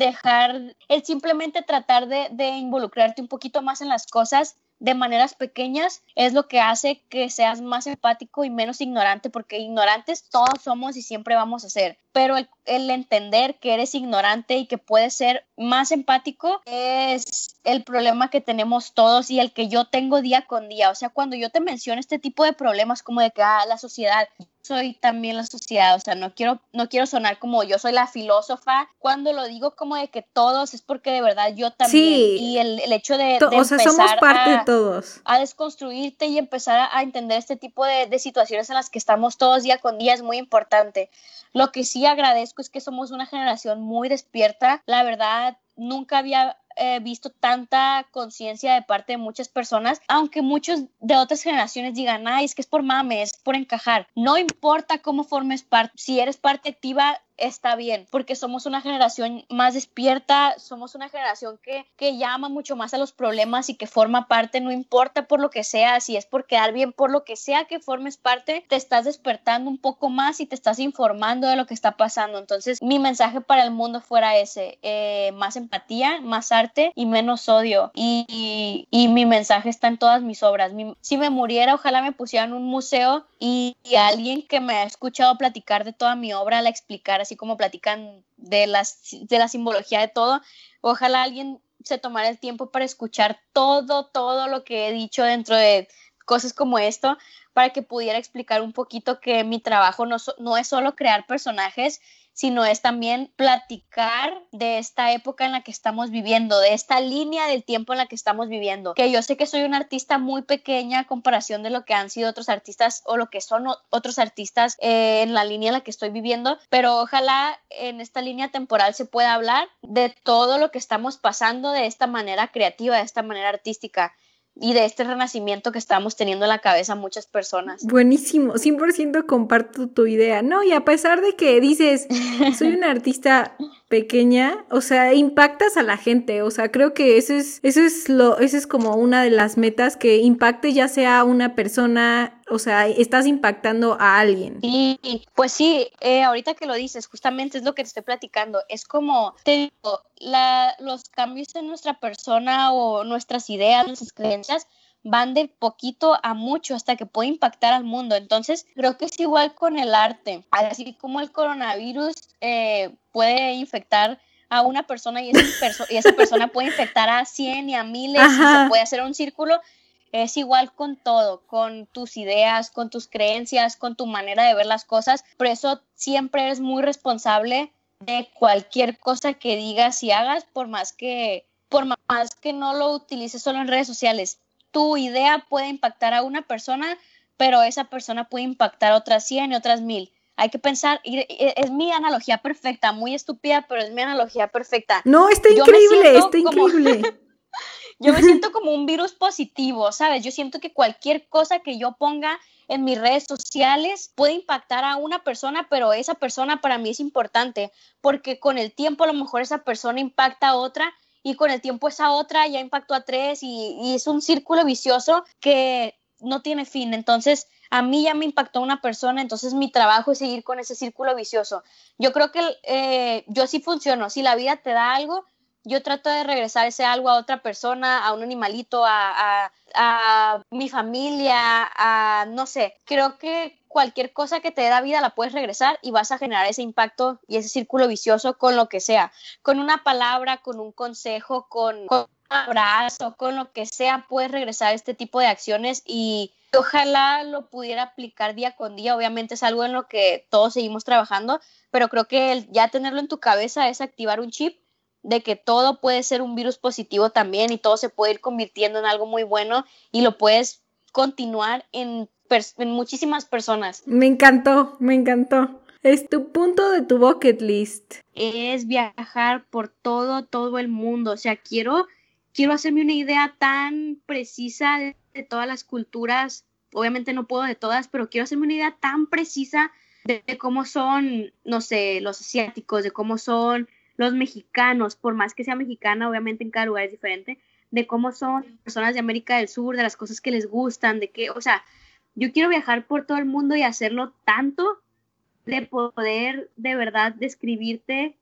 el simplemente tratar de involucrarte un poquito más en las cosas de maneras pequeñas es lo que hace que seas más empático y menos ignorante, porque ignorantes todos somos y siempre vamos a ser, pero el entender que eres ignorante y que puedes ser más empático es el problema que tenemos todos y el que yo tengo día con día. O sea, cuando yo te menciono este tipo de problemas como de que la sociedad, soy también la sociedad, o sea, no quiero sonar como yo soy la filósofa. Cuando lo digo como de que todos, es porque de verdad yo también. Sí. Y el hecho de o sea, somos parte de todos. A desconstruirte y empezar a entender este tipo de situaciones en las que estamos todos día con día es muy importante. Lo que sí agradezco es que somos una generación muy despierta. La verdad, nunca había visto tanta conciencia de parte de muchas personas, aunque muchos de otras generaciones digan, ay, es que es por mame, es por encajar. No importa cómo formes parte, si eres parte activa, está bien, porque somos una generación más despierta, somos una generación que llama mucho más a los problemas y que forma parte, no importa por lo que sea, si es por quedar bien, por lo que sea que formes parte, te estás despertando un poco más y te estás informando de lo que está pasando. Entonces, mi mensaje para el mundo fuera ese, más empatía, más arte y menos odio, y mi mensaje está en todas mis obras. Si me muriera, ojalá me pusieran un museo y alguien que me ha escuchado platicar de toda mi obra la explicara, así como platican de la simbología de todo. ojalá alguien se tomara el tiempo para escuchar todo lo que he dicho dentro de cosas como esto, para que pudiera explicar un poquito que mi trabajo no es solo crear personajes, sino es también platicar de esta época en la que estamos viviendo, de esta línea del tiempo en la que estamos viviendo. Que yo sé que soy una artista muy pequeña a comparación de lo que han sido otros artistas o lo que son otros artistas en la línea en la que estoy viviendo, pero ojalá en esta línea temporal se pueda hablar de todo lo que estamos pasando de esta manera creativa, de esta manera artística, y de este renacimiento que estamos teniendo en la cabeza muchas personas. Buenísimo, 100% comparto tu idea, ¿no? Y a pesar de que dices, soy una artista pequeña, o sea, impactas a la gente, o sea, creo que eso es como una de las metas, que impacte ya sea una persona, o sea, estás impactando a alguien. Sí, pues sí, ahorita que lo dices, justamente es lo que te estoy platicando, es como, te digo, los cambios en nuestra persona o nuestras ideas, nuestras creencias, van de poquito a mucho hasta que puede impactar al mundo. Entonces, creo que es igual con el arte. Así como el coronavirus puede infectar a una persona y esa persona puede infectar a 100 y a miles. Ajá. Y se puede hacer un círculo. Es igual con todo, con tus ideas, con tus creencias, con tu manera de ver las cosas. Por eso siempre eres muy responsable de cualquier cosa que digas y hagas, por más que no lo utilices solo en redes sociales. Tu idea puede impactar a una persona, pero esa persona puede impactar a otras 100 y otras 1000. Hay que pensar, es mi analogía perfecta, muy estúpida, pero es mi analogía perfecta. No, está increíble. Yo me siento como un virus positivo, ¿sabes? Yo siento que cualquier cosa que yo ponga en mis redes sociales puede impactar a una persona, pero esa persona para mí es importante, porque con el tiempo a lo mejor esa persona impacta a otra, y con el tiempo esa otra ya impactó a 3 y es un círculo vicioso que no tiene fin. Entonces, a mí ya me impactó una persona, entonces mi trabajo es seguir con ese círculo vicioso. Yo creo que yo sí funciono. Si la vida te da algo, yo trato de regresar ese algo a otra persona, a un animalito, a mi familia, no sé. Creo que cualquier cosa que te dé la vida la puedes regresar y vas a generar ese impacto y ese círculo vicioso con lo que sea, con una palabra, con un consejo, con un abrazo, con lo que sea, puedes regresar este tipo de acciones y ojalá lo pudiera aplicar día con día. Obviamente es algo en lo que todos seguimos trabajando, pero creo que ya tenerlo en tu cabeza es activar un chip de que todo puede ser un virus positivo también y todo se puede ir convirtiendo en algo muy bueno y lo puedes continuar en muchísimas personas. Me encantó. Es tu punto de tu bucket list. Es viajar por todo el mundo. O sea, quiero hacerme una idea tan precisa de todas las culturas. Obviamente no puedo de todas, pero quiero hacerme una idea tan precisa de cómo son, no sé, los asiáticos, de cómo son los mexicanos, por más que sea mexicana, obviamente en cada lugar es diferente, de cómo son personas de América del Sur, de las cosas que les gustan, de qué, o sea, yo quiero viajar por todo el mundo y hacerlo tanto de poder de verdad describirte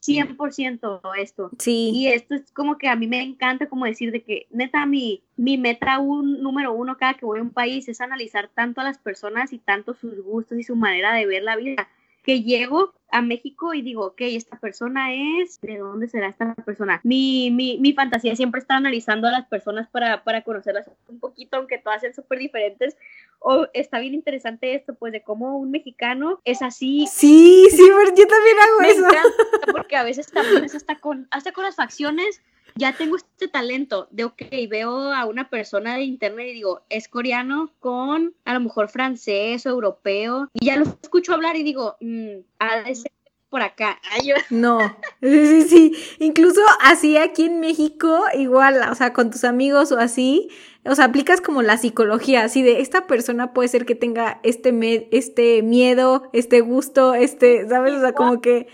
100% esto. Sí. Y esto es como que a mí me encanta como decir de que neta mi meta número uno cada que voy a un país es analizar tanto a las personas y tanto sus gustos y su manera de ver la vida, que llego a México y digo, ok, esta persona es, ¿de dónde será esta persona? Mi fantasía siempre está analizando a las personas para conocerlas un poquito, aunque todas sean súper diferentes. O está bien interesante esto, pues, de cómo un mexicano es así. Sí, pero yo también hago eso. Me encanta, porque a veces también es hasta con las facciones. Ya tengo este talento de, ok, veo a una persona de internet y digo, es coreano con a lo mejor francés o europeo, y ya lo escucho hablar y digo, ha de ser por acá. Ay, yo... No, sí, incluso así aquí en México, igual, o sea, con tus amigos o así, o sea, aplicas como la psicología, así de esta persona puede ser que tenga este miedo, este gusto, ¿sabes? O sea, como que...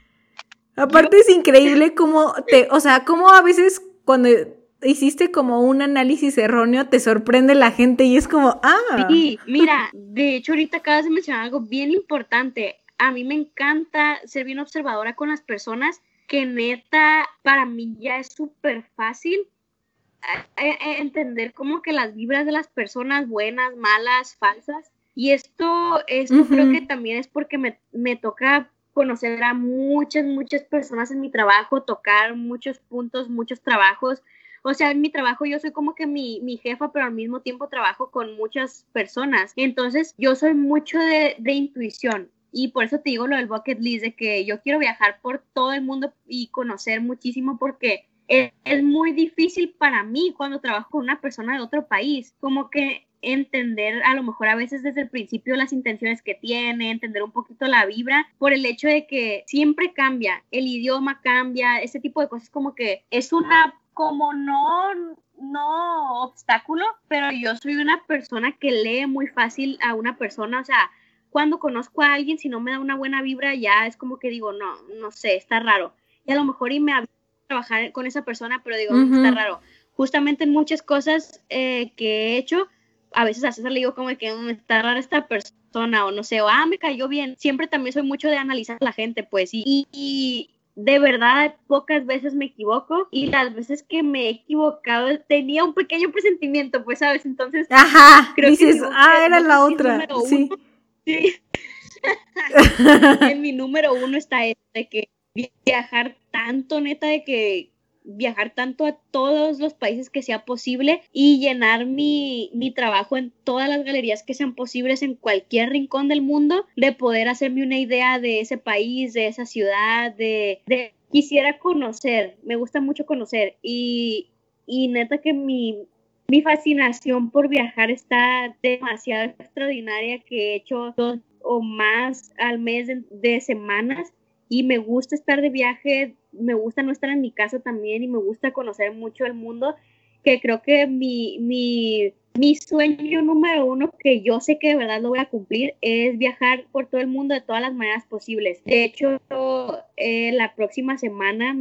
Aparte es increíble cómo cómo a veces cuando hiciste como un análisis erróneo te sorprende la gente y es como, Sí, mira, de hecho ahorita acabas de mencionar algo bien importante. A mí me encanta ser bien observadora con las personas, que neta, para mí ya es súper fácil entender como que las vibras de las personas, buenas, malas, falsas. Y esto creo que también es porque me toca conocer a muchas personas en mi trabajo, tocar muchos puntos, muchos trabajos. O sea, en mi trabajo yo soy como que mi jefa, pero al mismo tiempo trabajo con muchas personas. Entonces, yo soy mucho de intuición. Y por eso te digo lo del bucket list, de que yo quiero viajar por todo el mundo y conocer muchísimo, porque es muy difícil para mí cuando trabajo con una persona de otro país, como que entender a lo mejor a veces desde el principio las intenciones que tiene, entender un poquito la vibra, por el hecho de que siempre cambia, el idioma cambia, ese tipo de cosas, como que es una, como no obstáculo, pero yo soy una persona que lee muy fácil a una persona, o sea, cuando conozco a alguien, si no me da una buena vibra, ya es como que digo, no sé, está raro. Y a lo mejor y me a trabajar con esa persona, pero digo, está raro. Justamente en muchas cosas que he hecho, a veces a César le digo como que está rara esta persona, o no sé, o me cayó bien. Siempre también soy mucho de analizar a la gente, pues, y de verdad pocas veces me equivoco, y las veces que me he equivocado tenía un pequeño presentimiento, pues, ¿sabes? Entonces, creo dices, que era la otra, sí. Sí. En mi número 1 está de que viajar tanto, neta, de que viajar tanto a todos los países que sea posible y llenar mi trabajo en todas las galerías que sean posibles en cualquier rincón del mundo, de poder hacerme una idea de ese país, de esa ciudad, de quisiera conocer, me gusta mucho conocer, y neta que mi fascinación por viajar está demasiado extraordinaria, que he hecho 2 o más al mes de semanas, y me gusta estar de viaje, me gusta no estar en mi casa también, y me gusta conocer mucho el mundo, que creo que mi sueño número 1, que yo sé que de verdad lo voy a cumplir, es viajar por todo el mundo de todas las maneras posibles. De hecho, la próxima semana,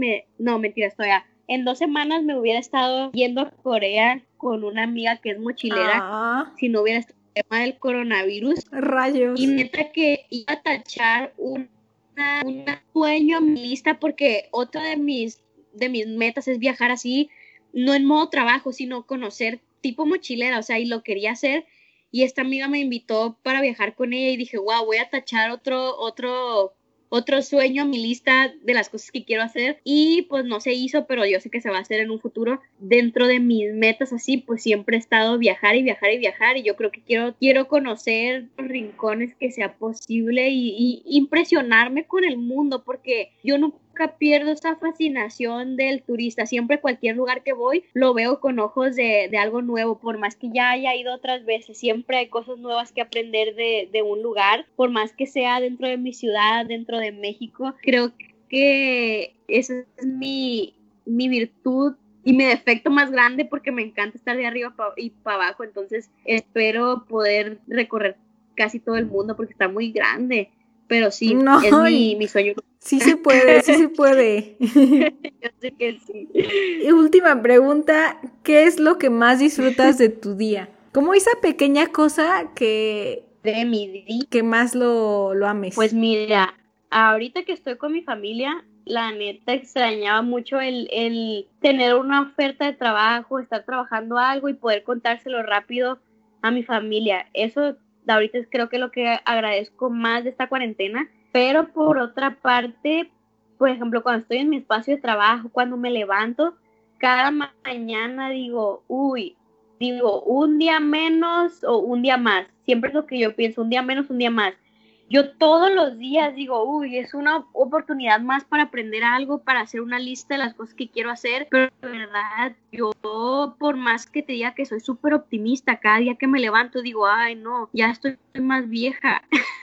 en 2 semanas me hubiera estado yendo a Corea con una amiga que es mochilera, si no hubiera estado el tema del coronavirus. Rayos. Y neta que iba a tachar un sueño a mi lista, porque otra de mis metas es viajar así, no en modo trabajo, sino conocer tipo mochilera, o sea, y lo quería hacer, y esta amiga me invitó para viajar con ella, y dije, wow, voy a tachar otro sueño a mi lista de las cosas que quiero hacer, y pues no se hizo, pero yo sé que se va a hacer en un futuro. Dentro de mis metas así, pues siempre he estado viajar y viajar y viajar, y yo creo que quiero conocer los rincones que sea posible y impresionarme con el mundo, porque yo nunca pierdo esa fascinación del turista. Siempre cualquier lugar que voy lo veo con ojos de algo nuevo, por más que ya haya ido otras veces, siempre hay cosas nuevas que aprender de un lugar, por más que sea dentro de mi ciudad, dentro de México. Creo que esa es mi virtud y mi defecto más grande, porque me encanta estar de arriba y para abajo. Entonces espero poder recorrer casi todo el mundo, porque está muy grande, pero sí, es mi sueño. Sí se puede, sí se puede. Yo sé que sí. Y última pregunta, ¿qué es lo que más disfrutas de tu día? Como esa pequeña cosa que... de mi día. Que más lo ames. Pues mira, ahorita que estoy con mi familia, la neta extrañaba mucho el tener una oferta de trabajo, estar trabajando algo y poder contárselo rápido a mi familia. Eso ahorita es creo que lo que agradezco más de esta cuarentena. Pero por otra parte, por ejemplo, cuando estoy en mi espacio de trabajo, cuando me levanto, cada mañana digo, un día menos o un día más. Siempre es lo que yo pienso, un día menos, un día más. Yo todos los días digo, es una oportunidad más para aprender algo, para hacer una lista de las cosas que quiero hacer, pero de verdad, yo por más que te diga que soy súper optimista, cada día que me levanto digo, ay no, ya estoy más vieja.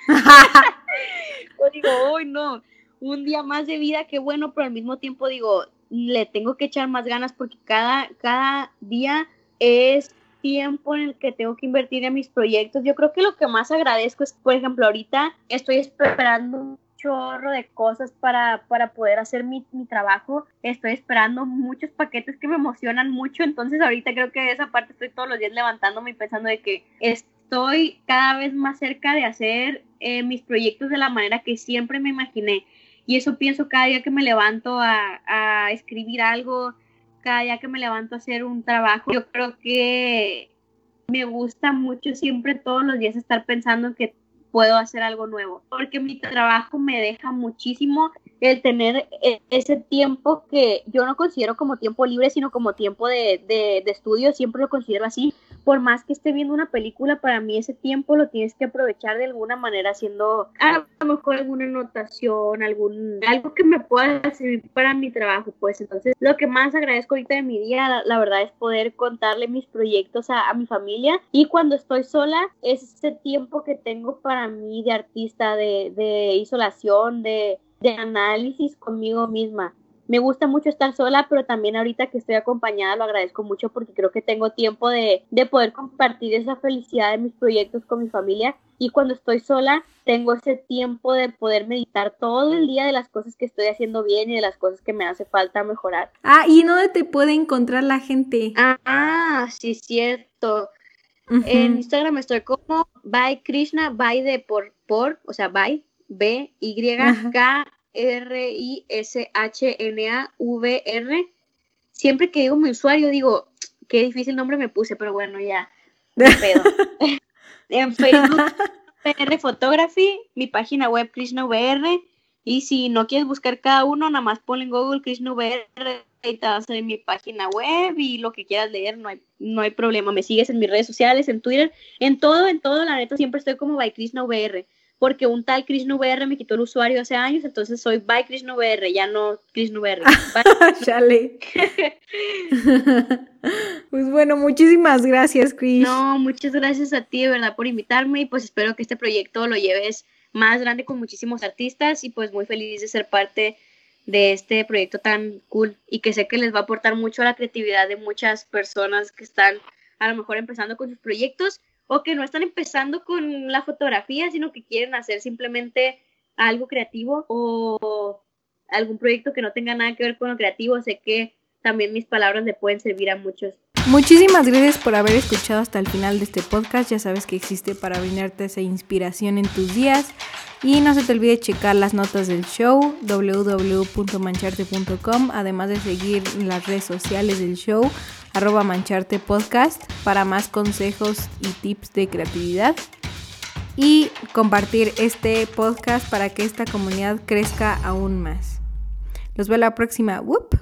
O digo, no, un día más de vida, qué bueno, pero al mismo tiempo digo, le tengo que echar más ganas, porque cada día es tiempo en el que tengo que invertir en mis proyectos. Yo creo que lo que más agradezco es, por ejemplo, ahorita estoy esperando un chorro de cosas para poder hacer mi trabajo. Estoy esperando muchos paquetes que me emocionan mucho, entonces ahorita creo que de esa parte estoy todos los días levantándome y pensando de que estoy cada vez más cerca de hacer mis proyectos de la manera que siempre me imaginé. Y eso pienso cada día que me levanto a escribir algo, cada día que me levanto a hacer un trabajo. Yo creo que me gusta mucho siempre todos los días estar pensando que puedo hacer algo nuevo, porque mi trabajo me deja muchísimo el tener ese tiempo que yo no considero como tiempo libre, sino como tiempo de estudio, siempre lo considero así. Por más que esté viendo una película, para mí ese tiempo lo tienes que aprovechar de alguna manera, haciendo a lo mejor alguna anotación, algo que me pueda servir para mi trabajo, pues. Entonces, lo que más agradezco ahorita de mi día, la verdad, es poder contarle mis proyectos a mi familia, y cuando estoy sola, es ese tiempo que tengo para mí de artista, de isolación, de análisis conmigo misma. Me gusta mucho estar sola, pero también ahorita que estoy acompañada lo agradezco mucho, porque creo que tengo tiempo de poder compartir esa felicidad de mis proyectos con mi familia, y cuando estoy sola tengo ese tiempo de poder meditar todo el día de las cosas que estoy haciendo bien y de las cosas que me hace falta mejorar. ¿Y dónde te puede encontrar la gente? Sí, cierto. Uh-huh. En Instagram estoy como by Krishna, by de por, o sea, by, BYKRISHNAVR. Siempre que digo mi usuario digo, qué difícil nombre me puse, pero bueno, ya, de pedo. En Facebook, PR Photography, mi página web KrishnaVR, y si no quieres buscar cada uno, nada más ponle en Google KrishnaVR y te va a salir mi página web, y lo que quieras leer, no hay problema. Me sigues en mis redes sociales, en Twitter, en todo, la neta, siempre estoy como by KrishnaVR, porque un tal KrishnaVR me quitó el usuario hace años, entonces soy by KrishnaVR, ya no KrishnaVR. Chale. Pues bueno, muchísimas gracias, Krish. No, muchas gracias a ti, de verdad, por invitarme, y pues espero que este proyecto lo lleves más grande con muchísimos artistas, y pues muy feliz de ser parte de este proyecto tan cool, y que sé que les va a aportar mucho a la creatividad de muchas personas que están a lo mejor empezando con sus proyectos, o que no están empezando con la fotografía, sino que quieren hacer simplemente algo creativo o algún proyecto que no tenga nada que ver con lo creativo. Sé que también mis palabras le pueden servir a muchos. Muchísimas gracias por haber escuchado hasta el final de este podcast. Ya sabes que existe para brindarte esa inspiración en tus días. Y no se te olvide checar las notas del show, www.mancharte.com, además de seguir las redes sociales del show, @manchartepodcast, para más consejos y tips de creatividad. Y compartir este podcast para que esta comunidad crezca aún más. Los veo la próxima. ¡Whoop!